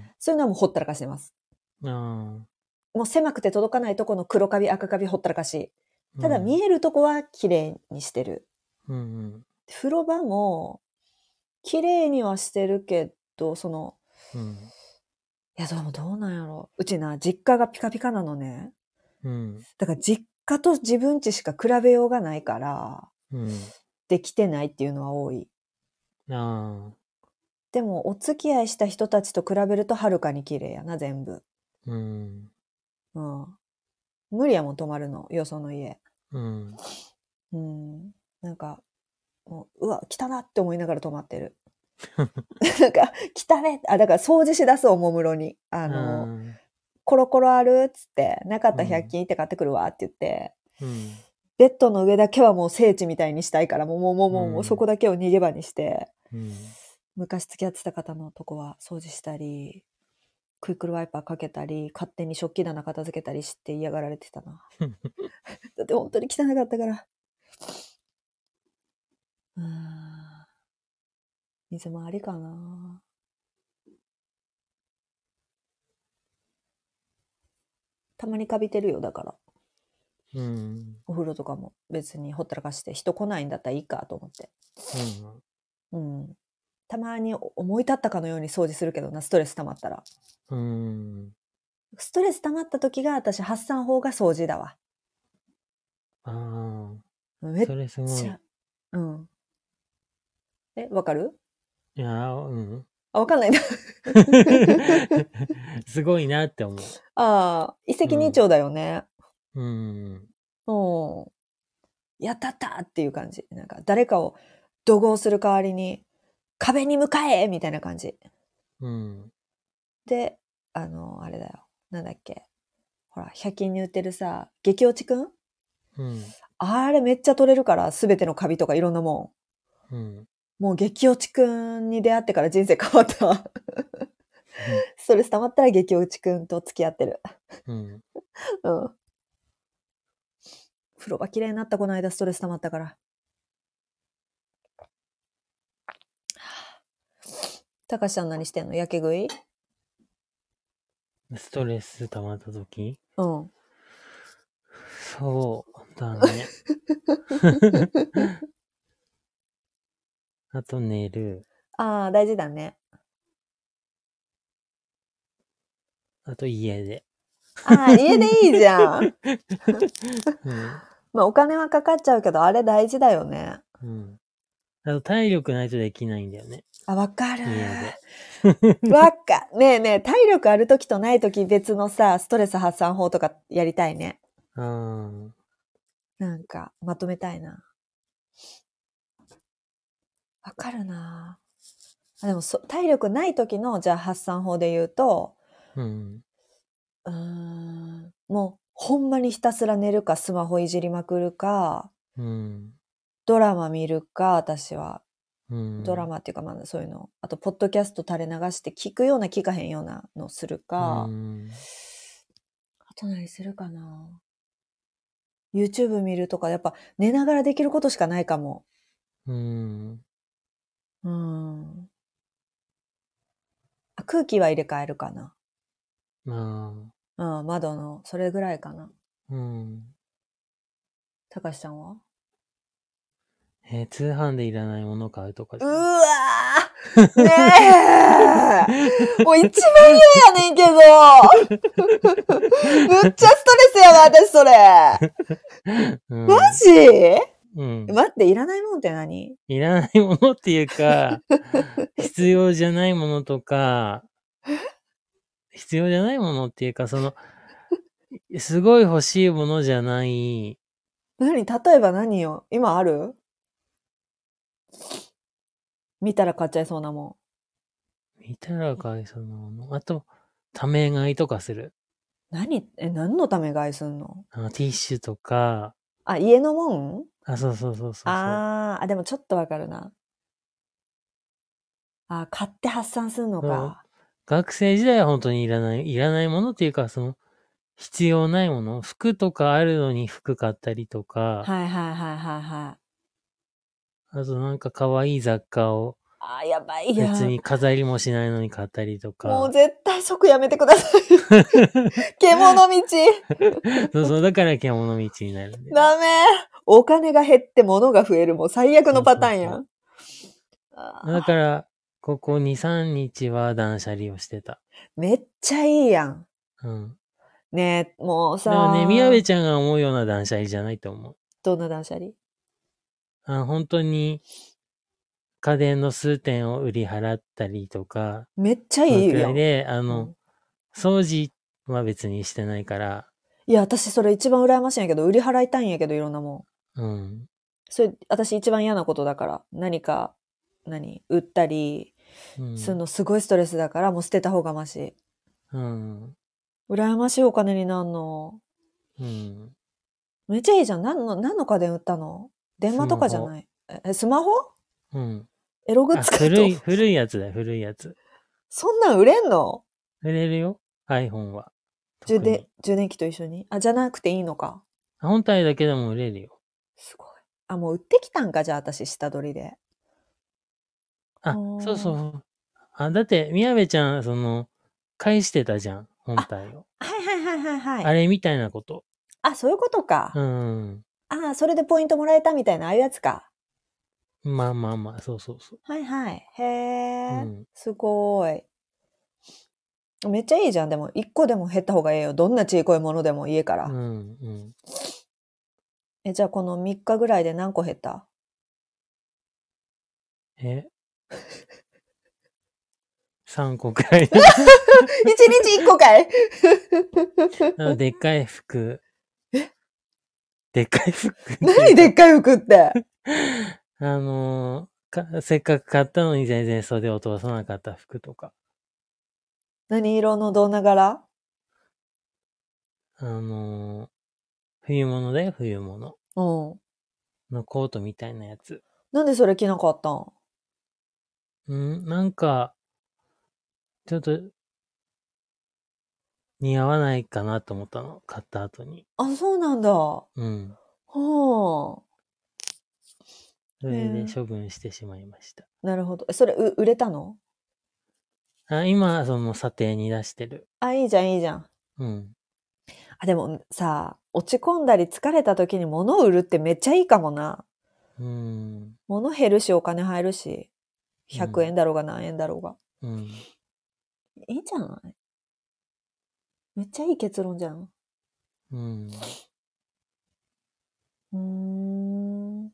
そういうのはもうほったらかしてます。 あもう狭くて届かないとこの黒カビ、赤カビほったらかし。ただ見えるとこは綺麗にしてる。 うん、 風呂場も綺麗にはしてるけど、その、 うん、 いや、でもどうなんやろ。うちな、実家がピカピカなのね。 うん。 だから実家と自分家しか比べようがないから、 うん。 できてないっていうのは多い。 ああ。 でも、お付き合いした人たちと比べるとはるかに綺麗やな、全部。 うん。 うん。無理やもん、泊まるの、よその家。 うん。 うん。なんか、もう、うわ、来たなって思いながら泊まってる。なんか、来たね。あ、だから掃除しだす、おもむろに。あの、コロコロあるっつって、なかったらひゃく均行って買ってくるわって言って、 うん、 ベッドの上だけはもう聖地みたいにしたいから、もうもうもうもう、もうそこだけを逃げ場にして、うん、昔付き合ってた方のとこは掃除したり、クイックルワイパーかけたり、勝手に食器棚片付けたりして嫌がられてたな。だって本当に汚かったから。うーん。水回りかな。たまにカビてるよ、だから。うん。お風呂とかも別にほったらかして人来ないんだったらいいかと思って。うん。うん。たまに思い立ったかのように掃除するけどな、ストレス溜まったら。うん。ストレス溜まった時が私発散法が掃除だわ。ああ。めっちゃ。それすごい。うん。え、わかる？ いや、うん。 あ、わかんないな。 すごいなって思う。 ああ、一石二鳥だよね。 うん。 うん。やったったっていう感じ。なんか誰かを怒号する代わりに壁に向かえみたいな感じ。うん。で、あの、あれだよ。なんだっけ。ほら、ひゃく均に売ってるさ、激落ちくん？うん。あれめっちゃ取れるから、すべてのカビとかいろんなもん。うん。もう激落ちくんに出会ってから人生変わった。うん、ストレス溜まったら激落ちくんと付き合ってる。うん。うん。風呂場きれいになったこの間ストレス溜まったから。たかしちゃん何してんの？やけ食い？ ストレス溜まった時？ うん。 そうだね。あと寝る。 ああ、大事だね。 あと家で。 ああ、家でいいじゃん。うん、まあお金はかかっちゃうけど、あれ大事だよね。 うん。あと体力ないとできないんだよね。 あ、わかる。家で。わか、ねえねえ、体力ある時とない時別のさ、ストレス発散法とかやりたいね。うん。なんか、まとめたいな。わかるな。あ、でもそ、体力ない時の、じゃあ発散法で言うと、うん。うーん、もう、ほんまにひたすら寝るか、スマホいじりまくるか、うん。ドラマ見るか、私は。うん、ドラマっていうか、まあそういうの。あと、ポッドキャスト垂れ流して聞くような聞かへんようなのするか。うん、あと何するかな。YouTube 見るとか、やっぱ寝ながらできることしかないかも。うん。うん。あ、空気は入れ替えるかな。ああ。うん、窓の、それぐらいかな。うん。たかしちゃんは？ えー、通販でいらないもの買うとかうわーねえもう一番嫌やねんけどむっちゃストレスやわ、私それ、うん、マジ？うん。待って、いらないもんって何？ いらないものっていうか、必要じゃないものとか、必要じゃないものっていうか、その、すごい欲しいものじゃない。 何？例えば何よ？今ある？見たら買っちゃいそうなもん。見たら買いそうなもの。あと、ため買いとかする。 何？え、何のため買いすんの？ あ、ティッシュとか。 あ、家のもん？ あ、そうそうそうそう。 あー、あ、でもちょっとわかるな。あ、買って発散するのか。 学生時代は本当にいらない、いらないものっていうか、その、必要ないもの。服とかあるのに服買ったりとか。 はいはいはいはいはい。 あとなんか可愛い雑貨を。 あ、やばいや。 別に飾りもしないのに買ったりとか。 もう絶対即やめてください。獣道。 そうそう、だから獣道になるんで。ダメ。お金が減って物が増える。もう最悪のパターンやん。 だから、 ここに、さんにちは断捨離をしてた。 めっちゃいいやん。 うん。 ねえ、もうさ。 でもね、宮部ちゃんが思うような断捨離じゃないと思う。 どんな断捨離？ あ、本当に、家電の数点を売り払ったりとか。 めっちゃいいよ。 で、あの、うん、掃除は別にしてないから。 いや、私それ一番羨ましいんやけど、売り払いたいんやけど、いろんなもん。うん。 それ、私一番嫌なことだから。何か、何売ったり、するのすごいストレスだから、もう捨てた方がましい。 うん。 羨ましいお金になんの。 うん。 めっちゃいいじゃん。何の、何の家電売ったの？電話とかじゃない？え、スマホ？ うん。 エログッズかと。 古い、古いやつだよ、古いやつ。 そんなん売れんの？ 売れるよ、iPhone は。 充電、充電器と一緒に？あ、じゃなくていいのか。 本体だけでも売れるよ。 すごい。あ、もう売ってきたんか、じゃあ私、下取りで。 あ、そうそう。あ、だって、宮部ちゃん、その、返してたじゃん、本体を。 はいはいはいはいはい。 あれみたいなこと。 あ、そういうことか。 うん。 ああ、それでポイントもらえたみたいな、ああいうやつか。 まあまあまあ、そうそうそう。 はいはい。へえ、うん、すごい。めっちゃいいじゃん。でも、一個でも減った方がええよ。どんなちいこいものでも家から。うん、うん。え、じゃあこのみっかぐらいで何個減った？ えさんこくらい。一日いっこかいでっかい服。えでっかい服。 何でっかい服って。 あのー、か、せっかく買ったのに全然袖を通さなかった服とか。 何色のどんな柄？ あのー、冬物だよ、冬物。うん。のコートみたいなやつ。 なんでそれ着なかったん？ うん、なんか、ちょっと、似合わないかなと思ったの。買った後に。 あ、そうなんだ。うん。はあ。 それで処分してしまいました。 なるほど。それ、う、売れたの？ あ、今、その査定に出してる。 あ、いいじゃん、いいじゃん。うん。あ、でもさ、落ち込んだり疲れた時に物を売るってめっちゃいいかもな。うん。物減るし、お金入るし。ひゃくえんだろうが何円だろうが。うん。いいんじゃない？めっちゃいい結論じゃん。うん。うーん。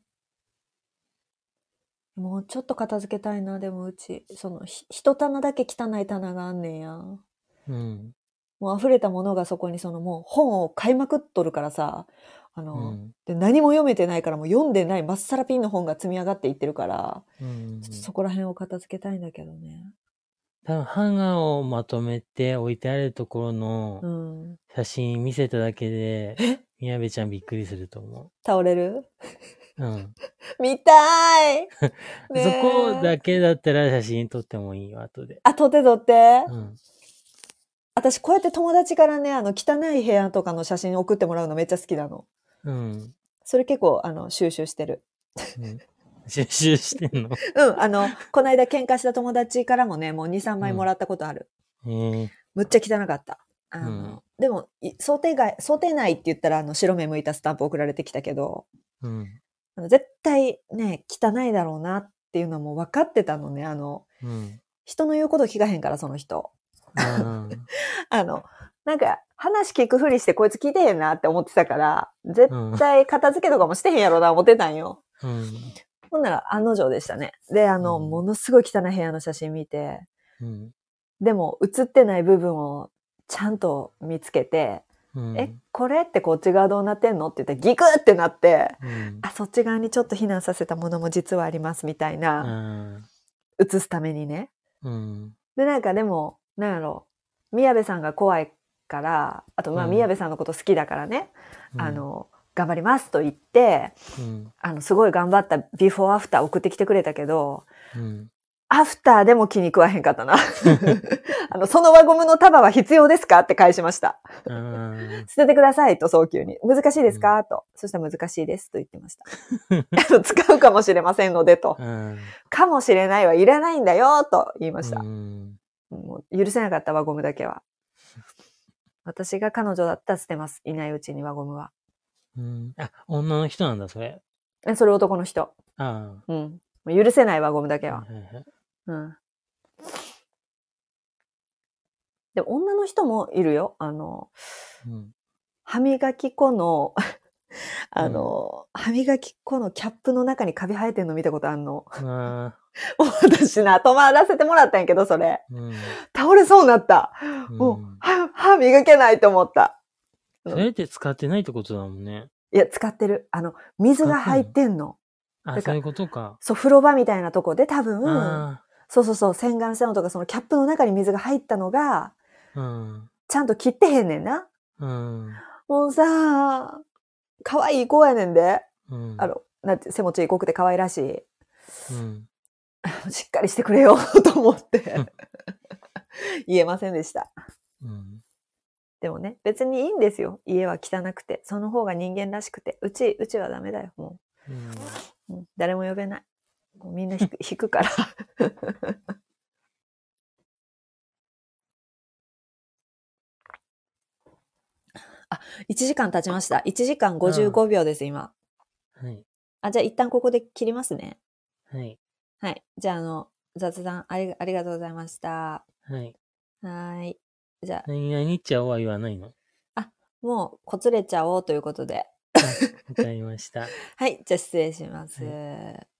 もうちょっと片付けたいな、でもうち。その、ひ、一棚だけ汚い棚があんねんや。うん。もう溢れたものがそこにそのもう本を買いまくっとるからさ、あの、うん、で何も読めてないからもう読んでないまっさらピンの本が積み上がっていってるから、うん、ちょっとそこら辺を片付けたいんだけどね。 多分ハンガーをまとめて置いてあるところの写真見せただけで、うん、宮部ちゃんびっくりすると思う。 倒れる？うん。見たいそこだけだったら写真撮ってもいいよ、後で。 あ、撮って撮って。うん。私こうやって友達からね、あの汚い部屋とかの写真送ってもらうのめっちゃ好きなの。うん。それ結構あの収集してる。 うん、収集してんの？ うん、あの、この間喧嘩した友達からもね、もうに、さんまいもらったことある。うん、むっちゃ汚かった。あの、うん、でも、想定外、想定内って言ったらあの白目向いたスタンプ送られてきたけど、うん、あの絶対ね、汚いだろうなっていうのも分かってたのね、あの、うん、人の言うこと聞かへんから、その人。あの、なんか、話聞くふりしてこいつ聞いてへんなって思ってたから、絶対片付けとかもしてへんやろな思ってたんよ。うん、ほんなら案の定でしたね。で、あの、うん、ものすごい汚い部屋の写真見て、うん、でも写ってない部分をちゃんと見つけて、うん、え、これってこっち側どうなってんのって言ってギクってなって、うん、あ、そっち側にちょっと避難させたものも実はありますみたいな、うん、写すためにね。うん、で、なんかでも、なんやろ、宮部さんが怖いから、あとまあ宮部さんのこと好きだからね、うん、あの、頑張りますと言って、うん、あの、すごい頑張ったビフォーアフター送ってきてくれたけど、うん、アフターでも気に食わへんかったな。あの、その輪ゴムの束は必要ですかって返しました。捨ててくださいと早急に。難しいですか、うん、と。そしたら難しいですと言ってました。使うかもしれませんのでと。うん、かもしれないはいらないんだよと言いました。うん、もう許せなかった輪ゴムだけは。私が彼女だったら捨てます。いないうちに輪ゴムは。 うん、あ、女の人なんだ、それ。 それ男の人。ああ。うん。許せない輪ゴムだけは。はいはいはい、うん。 でも女の人もいるよ。あの、うん、歯磨き粉の、あの、うん、歯磨き粉のキャップの中にカビ生えてんの見たことあんの。もう私な、止まらせてもらったんやけど、それ。うん、倒れそうになった。うん、もう、歯、歯磨けないと思った。 それって使ってないってことだもんね。 いや、使ってる。あの、水が入ってんの。 あ、そういうことか。 そう、風呂場みたいなとこで多分、そうそうそう、洗顔したのとか、そのキャップの中に水が入ったのが、うん、ちゃんと切ってへんねんな。うん、もうさ、可愛い子やねんで。うん、あの、なんて、背持ち濃くて可愛らしい。うん、しっかりしてくれよ、と思って。言えませんでした。うん、でもね、別にいいんですよ。家は汚くて。その方が人間らしくて。うち、うちはダメだよ、もう。うんうん、誰も呼べない。もうみんな引く、引くから。あ、いちじかん経ちました。いちじかんごじゅうごびょうです、今。はい。あ、じゃあ一旦ここで切りますね。はい。はい。じゃあ、あの、雑談あり、ありがとうございました。はい。はい。じゃあ。 何々ちゃおうは言わないの？ あ、もう、こつれちゃおうということで。 わかりました。 はい。じゃあ失礼します。はい。